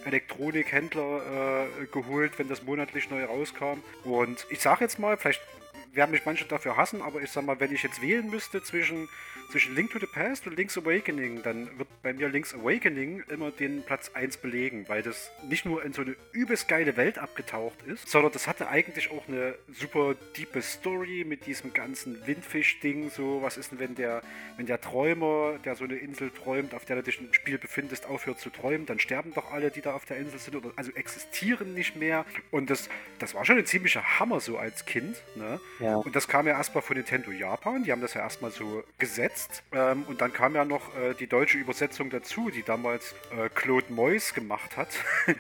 Elektronikhändler äh, geholt, wenn das monatlich neu rauskam. Und ich sag jetzt mal, vielleicht werden mich manche dafür hassen, aber ich sag mal, wenn ich jetzt wählen müsste zwischen, zwischen Link to the Past und Link's Awakening, dann wird bei mir Link's Awakening immer den Platz eins belegen, weil das nicht nur in so eine übelst geile Welt abgetaucht ist, sondern das hatte eigentlich auch eine super diepe Story mit diesem ganzen Windfisch-Ding, so, was ist denn, wenn der, wenn der Träumer, der so eine Insel träumt, auf der du dich im Spiel befindest, aufhört zu träumen, dann sterben doch alle, die da auf der Insel sind, oder also existieren nicht mehr. Und das, das war schon ein ziemlicher Hammer so als Kind, ne? Ja. Und das kam ja erstmal von Nintendo Japan, die haben das ja erstmal so gesetzt. Ähm, und dann kam ja noch äh, die deutsche Übersetzung dazu, die damals äh, Claude Moyes gemacht hat.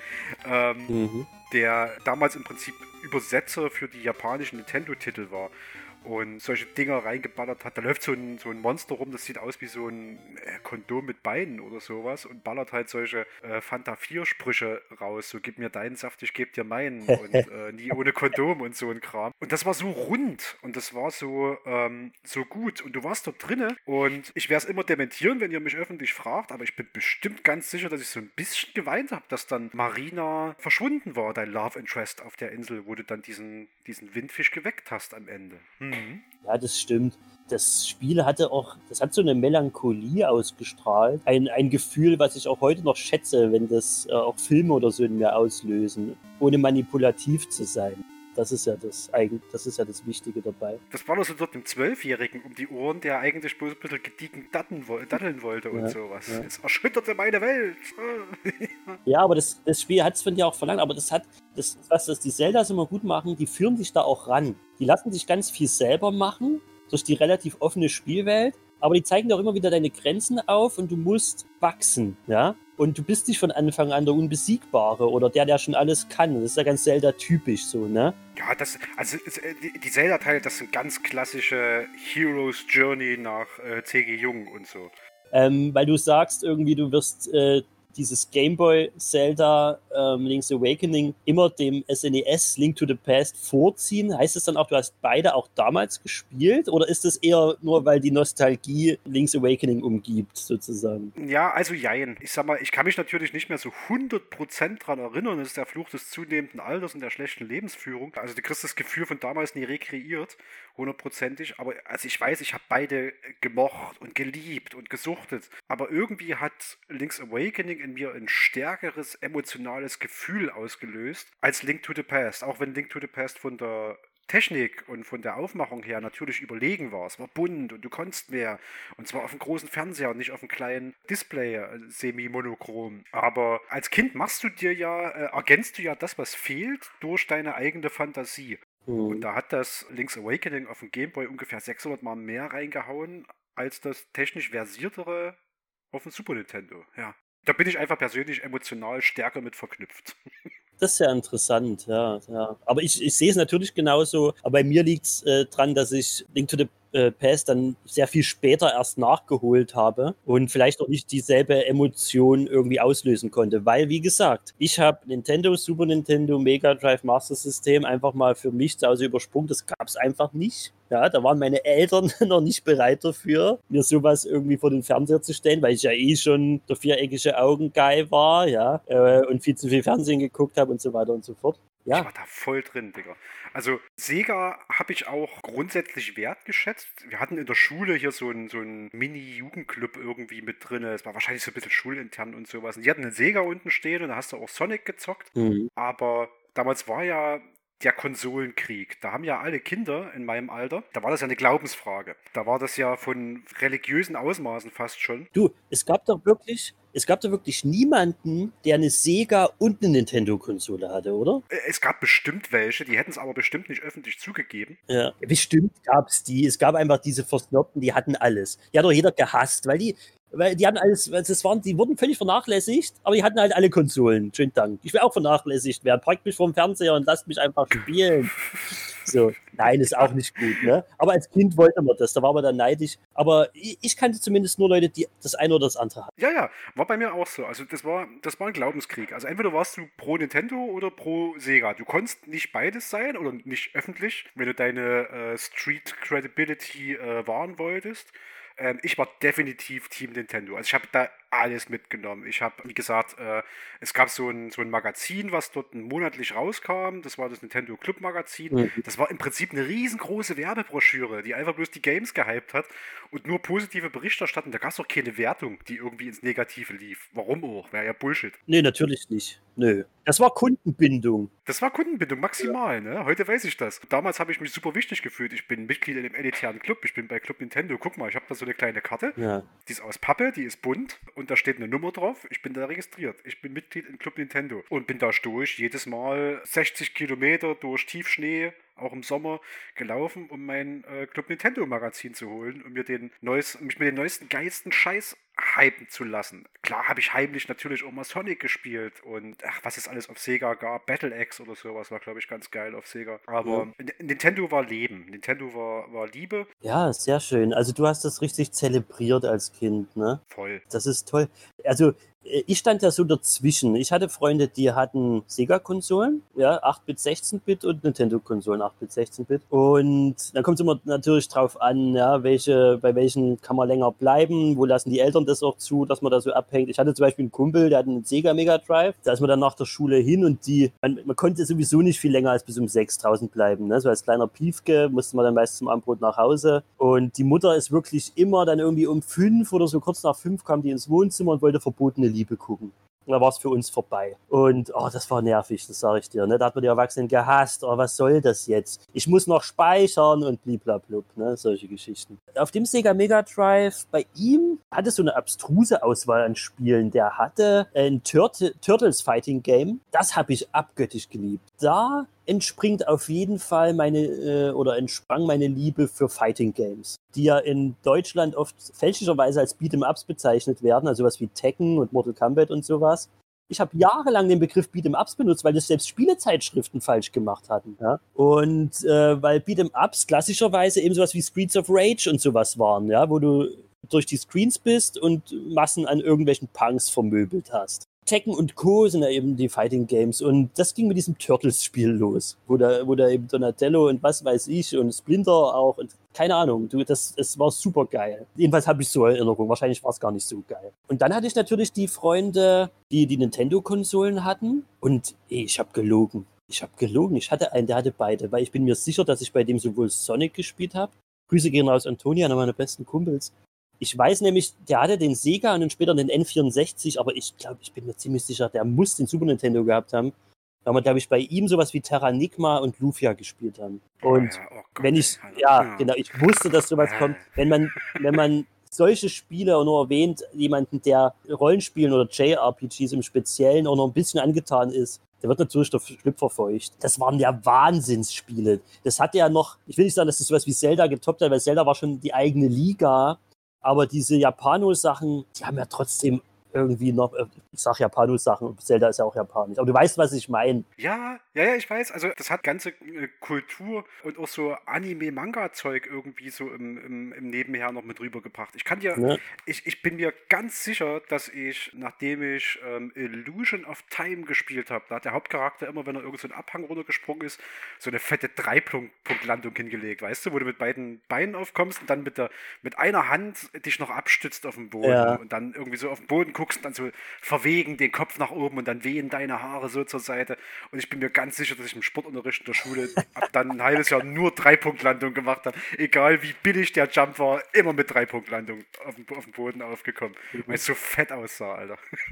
ähm, Mhm. Der damals im Prinzip Übersetzer für die japanischen Nintendo-Titel war. Und solche Dinger reingeballert hat. Da läuft so ein, so ein Monster rum, das sieht aus wie so ein äh, Kondom mit Beinen oder sowas und ballert halt solche äh, Fanta vier Sprüche raus. So, gib mir deinen Saft, ich geb dir meinen. Und äh, nie ohne Kondom und so ein Kram. Und das war so rund und das war so, ähm, so gut. Und du warst dort drinne und ich werde es immer dementieren, wenn ihr mich öffentlich fragt, aber ich bin bestimmt ganz sicher, dass ich so ein bisschen geweint habe, dass dann Marina verschwunden war, dein Love Interest auf der Insel, wo du dann diesen, diesen Windfisch geweckt hast am Ende. Hm. Ja, das stimmt. Das Spiel hatte auch, das hat so eine Melancholie ausgestrahlt. Ein, ein Gefühl, was ich auch heute noch schätze, wenn das äh, auch Filme oder so in mir auslösen, ohne manipulativ zu sein. Das ist ja das eigentlich, das ist ja das Wichtige dabei. Das war doch so dort einem Zwölfjährigen um die Ohren, der eigentlich bloß ein bisschen gediegen datteln, datteln wollte und Ja, sowas. ja. Es erschütterte meine Welt. Ja, aber das, das Spiel hat es von dir auch verlangt, aber das hat, das, was das die Zeldas immer gut machen, die führen dich da auch ran. Die lassen dich ganz viel selber machen, durch die relativ offene Spielwelt, aber die zeigen dir auch immer wieder deine Grenzen auf und du musst wachsen, ja. Und du bist nicht von Anfang an der Unbesiegbare oder der, der schon alles kann. Das ist ja ganz Zelda-typisch so, ne? Ja, das, also die, die Zelda-Teile, das sind ganz klassische Heroes Journey nach äh, C G Jung und so. Ähm, weil du sagst irgendwie, du wirst äh, dieses Gameboy Zelda ähm, Link's Awakening immer dem S N E S Link to the Past vorziehen. Heißt es dann auch, du hast beide auch damals gespielt? Oder ist es eher nur, weil die Nostalgie Link's Awakening umgibt, sozusagen? Ja, also jein. Ich sag mal, ich kann mich natürlich nicht mehr so hundert Prozent dran erinnern. Das ist der Fluch des zunehmenden Alters und der schlechten Lebensführung. Also du kriegst das Gefühl von damals nie rekreiert, hundertprozentig. Aber also ich weiß, ich habe beide gemocht und geliebt und gesuchtet. Aber irgendwie hat Link's Awakening in mir ein stärkeres emotionales Gefühl ausgelöst als Link to the Past. Auch wenn Link to the Past von der Technik und von der Aufmachung her natürlich überlegen war. Es war bunt und du konntest mehr. Und zwar auf dem großen Fernseher und nicht auf dem kleinen Display, äh, semi-monochrom. Aber als Kind machst du dir ja, äh, ergänzt du ja das, was fehlt, durch deine eigene Fantasie. Mhm. Und da hat das Link's Awakening auf dem Gameboy ungefähr sechshundert Mal mehr reingehauen, als das technisch versiertere auf dem Super Nintendo. Ja. Da bin ich einfach persönlich emotional stärker mit verknüpft. Das ist ja interessant, ja. ja. Aber ich, ich sehe es natürlich genauso. Aber bei mir liegt es äh, dran, dass ich Link to the äh, Past dann sehr viel später erst nachgeholt habe und vielleicht auch nicht dieselbe Emotion irgendwie auslösen konnte. Weil, wie gesagt, ich habe Nintendo, Super Nintendo, Mega Drive, Master System einfach mal für mich zu Hause übersprungen. Das gab es einfach nicht. Ja, da waren meine Eltern noch nicht bereit dafür, mir sowas irgendwie vor den Fernseher zu stellen, weil ich ja eh schon der viereckige Augen-Guy war, ja, äh, und viel zu viel Fernsehen geguckt habe und so weiter und so fort. Ja. Ich war da voll drin, Digga. Also Sega habe ich auch grundsätzlich wertgeschätzt. Wir hatten in der Schule hier so einen so einen Mini-Jugendclub irgendwie mit drin. Es war wahrscheinlich so ein bisschen schulintern und sowas. Und die hatten einen Sega unten stehen und da hast du auch Sonic gezockt. Mhm. Aber damals war ja der Konsolenkrieg. Da haben ja alle Kinder in meinem Alter, da war das ja eine Glaubensfrage. Da war das ja von religiösen Ausmaßen fast schon. Du, es gab doch wirklich, es gab doch wirklich niemanden, der eine Sega und eine Nintendo-Konsole hatte, oder? Es gab bestimmt welche, die hätten es aber bestimmt nicht öffentlich zugegeben. Ja, bestimmt gab es die. Es gab einfach diese Versnobten, die hatten alles. Die hat doch jeder gehasst, weil die, weil die hatten alles, das waren, die wurden völlig vernachlässigt, aber die hatten halt alle Konsolen. Schönen Dank. Ich will auch vernachlässigt werden. Parkt mich vorm Fernseher und lasst mich einfach spielen. So, nein, ist auch nicht gut, ne? Aber als Kind wollte man das, da war man dann neidisch. Aber ich, ich kannte zumindest nur Leute, die das eine oder das andere hatten. Ja, ja, war bei mir auch so. Also das war, das war ein Glaubenskrieg. Also entweder warst du pro Nintendo oder pro Sega. Du konntest nicht beides sein oder nicht öffentlich, wenn du deine äh, Street Credibility äh, wahren wolltest. Ähm, ich war definitiv Team Nintendo. Also ich habe da alles mitgenommen. Ich habe, wie gesagt, äh, es gab so ein, so ein Magazin, was dort monatlich rauskam. Das war das Nintendo Club Magazin. Mhm. Das war im Prinzip eine riesengroße Werbebroschüre, die einfach bloß die Games gehypt hat und nur positive Berichterstattung. Da gab es auch keine Wertung, die irgendwie ins Negative lief. Warum auch? Wäre ja Bullshit. Nee, natürlich nicht. Nö. Das war Kundenbindung. Das war Kundenbindung, maximal, ja. Ne? Heute weiß ich das. Damals habe ich mich super wichtig gefühlt. Ich bin Mitglied in dem elitären Club. Ich bin bei Club Nintendo. Guck mal, ich habe da so eine kleine Karte. Ja. Die ist aus Pappe, die ist bunt und da steht eine Nummer drauf. Ich bin da registriert. Ich bin Mitglied in Club Nintendo und bin da durch jedes Mal sechzig Kilometer durch Tiefschnee, auch im Sommer, gelaufen, um mein äh, Club Nintendo Magazin zu holen und mir den neues, mich mit den neuesten, geilsten Scheiß hypen zu lassen. Klar habe ich heimlich natürlich auch mal Sonic gespielt und ach, was es alles auf Sega gab, Battle Axe oder sowas war, glaube ich, ganz geil auf Sega. Aber ja. Nintendo war Leben. Nintendo war, war Liebe. Ja, sehr schön. Also du hast das richtig zelebriert als Kind, ne? Voll. Das ist toll. Also ich stand da so dazwischen. Ich hatte Freunde, die hatten Sega-Konsolen, ja, acht Bit, sechzehn Bit und Nintendo-Konsolen, acht Bit, sechzehn Bit. Und dann kommt es immer natürlich drauf an, ja, welche, bei welchen kann man länger bleiben, wo lassen die Eltern das auch zu, dass man da so abhängt. Ich hatte zum Beispiel einen Kumpel, der hatte einen Sega Mega Drive, da ist man dann nach der Schule hin und die, man, man konnte sowieso nicht viel länger als bis um sechs draußen bleiben, ne? So als kleiner Piefke musste man dann meist zum Abendbrot nach Hause und die Mutter ist wirklich immer dann irgendwie um fünf oder so kurz nach fünf kam die ins Wohnzimmer und wollte verbotene Liebe gucken. Und da war es für uns vorbei. Und oh, das war nervig, das sage ich dir. Ne? Da hat man die Erwachsenen gehasst. Oh, was soll das jetzt? Ich muss noch speichern und bliblablub. Ne? Solche Geschichten. Auf dem Sega Mega Drive, bei ihm hatte so eine abstruse Auswahl an Spielen. Der hatte ein Tur- Turtles Fighting Game. Das habe ich abgöttisch geliebt. Da entspringt auf jeden Fall meine, äh, oder entsprang meine Liebe für Fighting Games, die ja in Deutschland oft fälschlicherweise als Beat'em-Ups bezeichnet werden, also was wie Tekken und Mortal Kombat und sowas. Ich habe jahrelang den Begriff Beat'em-Ups benutzt, weil das selbst Spielezeitschriften falsch gemacht hatten. Ja? Und äh, weil Beat'em-Ups klassischerweise eben sowas wie Streets of Rage und sowas waren, ja? Wo du durch die Screens bist und Massen an irgendwelchen Punks vermöbelt hast. Tekken und Co. sind ja eben die Fighting Games und das ging mit diesem Turtles-Spiel los, wo da, wo da eben Donatello und was weiß ich und Splinter auch und keine Ahnung, du, das, das war super geil. Jedenfalls habe ich so Erinnerung, wahrscheinlich war es gar nicht so geil. Und dann hatte ich natürlich die Freunde, die die Nintendo-Konsolen hatten und ey, ich habe gelogen. Ich habe gelogen, ich hatte einen, der hatte beide, weil ich bin mir sicher, dass ich bei dem sowohl Sonic gespielt habe, Grüße gehen raus Antonia, einer meiner besten Kumpels. Ich weiß nämlich, der hatte den Sega und dann später den N vierundsechzig, aber ich glaube, ich bin mir ziemlich sicher, der muss den Super Nintendo gehabt haben, weil wir, glaube ich, bei ihm sowas wie Terranigma und Lufia gespielt haben. Und oh ja, oh Gott, wenn ich, ja, ja, genau, ich wusste, dass sowas kommt, wenn man, wenn man solche Spiele auch nur erwähnt, jemanden, der Rollenspielen oder J R P Gs im Speziellen auch noch ein bisschen angetan ist, der wird natürlich der Schlüpfer feucht. Das waren ja Wahnsinnsspiele. Das hatte ja noch, ich will nicht sagen, dass das sowas wie Zelda getoppt hat, weil Zelda war schon die eigene Liga. Aber diese Japano-Sachen, die haben ja trotzdem irgendwie noch, ich sag Japano-Sachen, Zelda ist ja auch japanisch, aber du weißt, was ich meine. Ja, ja, ja, ich weiß, also das hat ganze äh, Kultur und auch so Anime-Manga-Zeug irgendwie so im, im, im Nebenher noch mit rübergebracht. Ich kann dir, ja. ich, ich bin mir ganz sicher, dass ich, nachdem ich ähm, Illusion of Time gespielt habe, da hat der Hauptcharakter immer, wenn er irgend so einen Abhang runtergesprungen ist, so eine fette Drei-Punkt-Landung hingelegt, weißt du, wo du mit beiden Beinen aufkommst und dann mit, der, mit einer Hand dich noch abstützt auf dem Boden ja. und dann irgendwie so auf den Boden guckst und dann so verwegen den Kopf nach oben und dann wehen deine Haare so zur Seite. Und ich bin mir ganz sicher, dass ich im Sportunterricht in der Schule ab dann ein halbes Jahr nur Drei-Punkt-Landung gemacht habe. Egal wie billig der Jump war, immer mit Drei-Punkt-Landung auf dem, auf dem Boden aufgekommen. Weil es so fett aussah, Alter.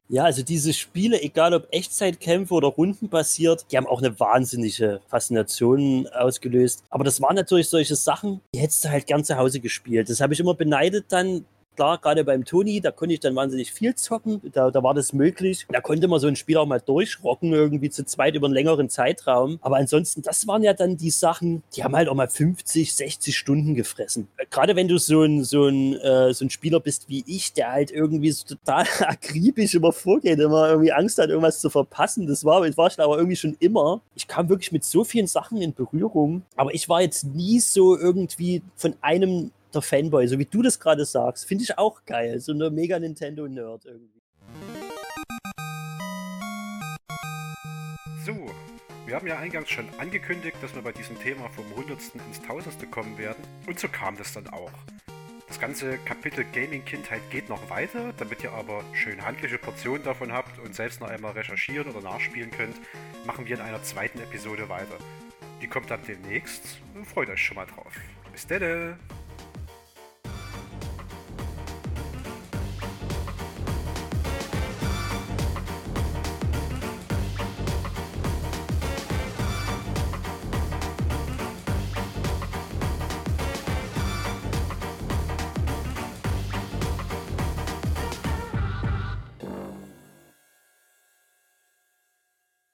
Ja, also diese Spiele, egal ob Echtzeitkämpfe oder rundenbasiert, die haben auch eine wahnsinnige Faszination ausgelöst. Aber das waren natürlich solche Sachen, die hättest du halt gern zu Hause gespielt. Das habe ich immer beneidet dann. Klar, gerade beim Toni, da konnte ich dann wahnsinnig viel zocken, da, da war das möglich. Da konnte man so ein Spiel auch mal durchrocken, irgendwie zu zweit über einen längeren Zeitraum. Aber ansonsten, das waren ja dann die Sachen, die haben halt auch mal fünfzig, sechzig Stunden gefressen. Gerade wenn du so ein, so ein, äh, so ein Spieler bist wie ich, der halt irgendwie so total akribisch immer vorgeht, immer irgendwie Angst hat, irgendwas zu verpassen. Das war, das war ich aber irgendwie schon immer. Ich kam wirklich mit so vielen Sachen in Berührung, aber ich war jetzt nie so irgendwie von einem der Fanboy, so wie du das gerade sagst, finde ich auch geil. So eine mega Nintendo-Nerd irgendwie. So, wir haben ja eingangs schon angekündigt, dass wir bei diesem Thema vom Hundertsten ins Tausendste kommen werden. Und so kam das dann auch. Das ganze Kapitel Gaming-Kindheit geht noch weiter, damit ihr aber schön handliche Portionen davon habt und selbst noch einmal recherchieren oder nachspielen könnt, machen wir in einer zweiten Episode weiter. Die kommt dann demnächst. Freut euch schon mal drauf. Bis dann!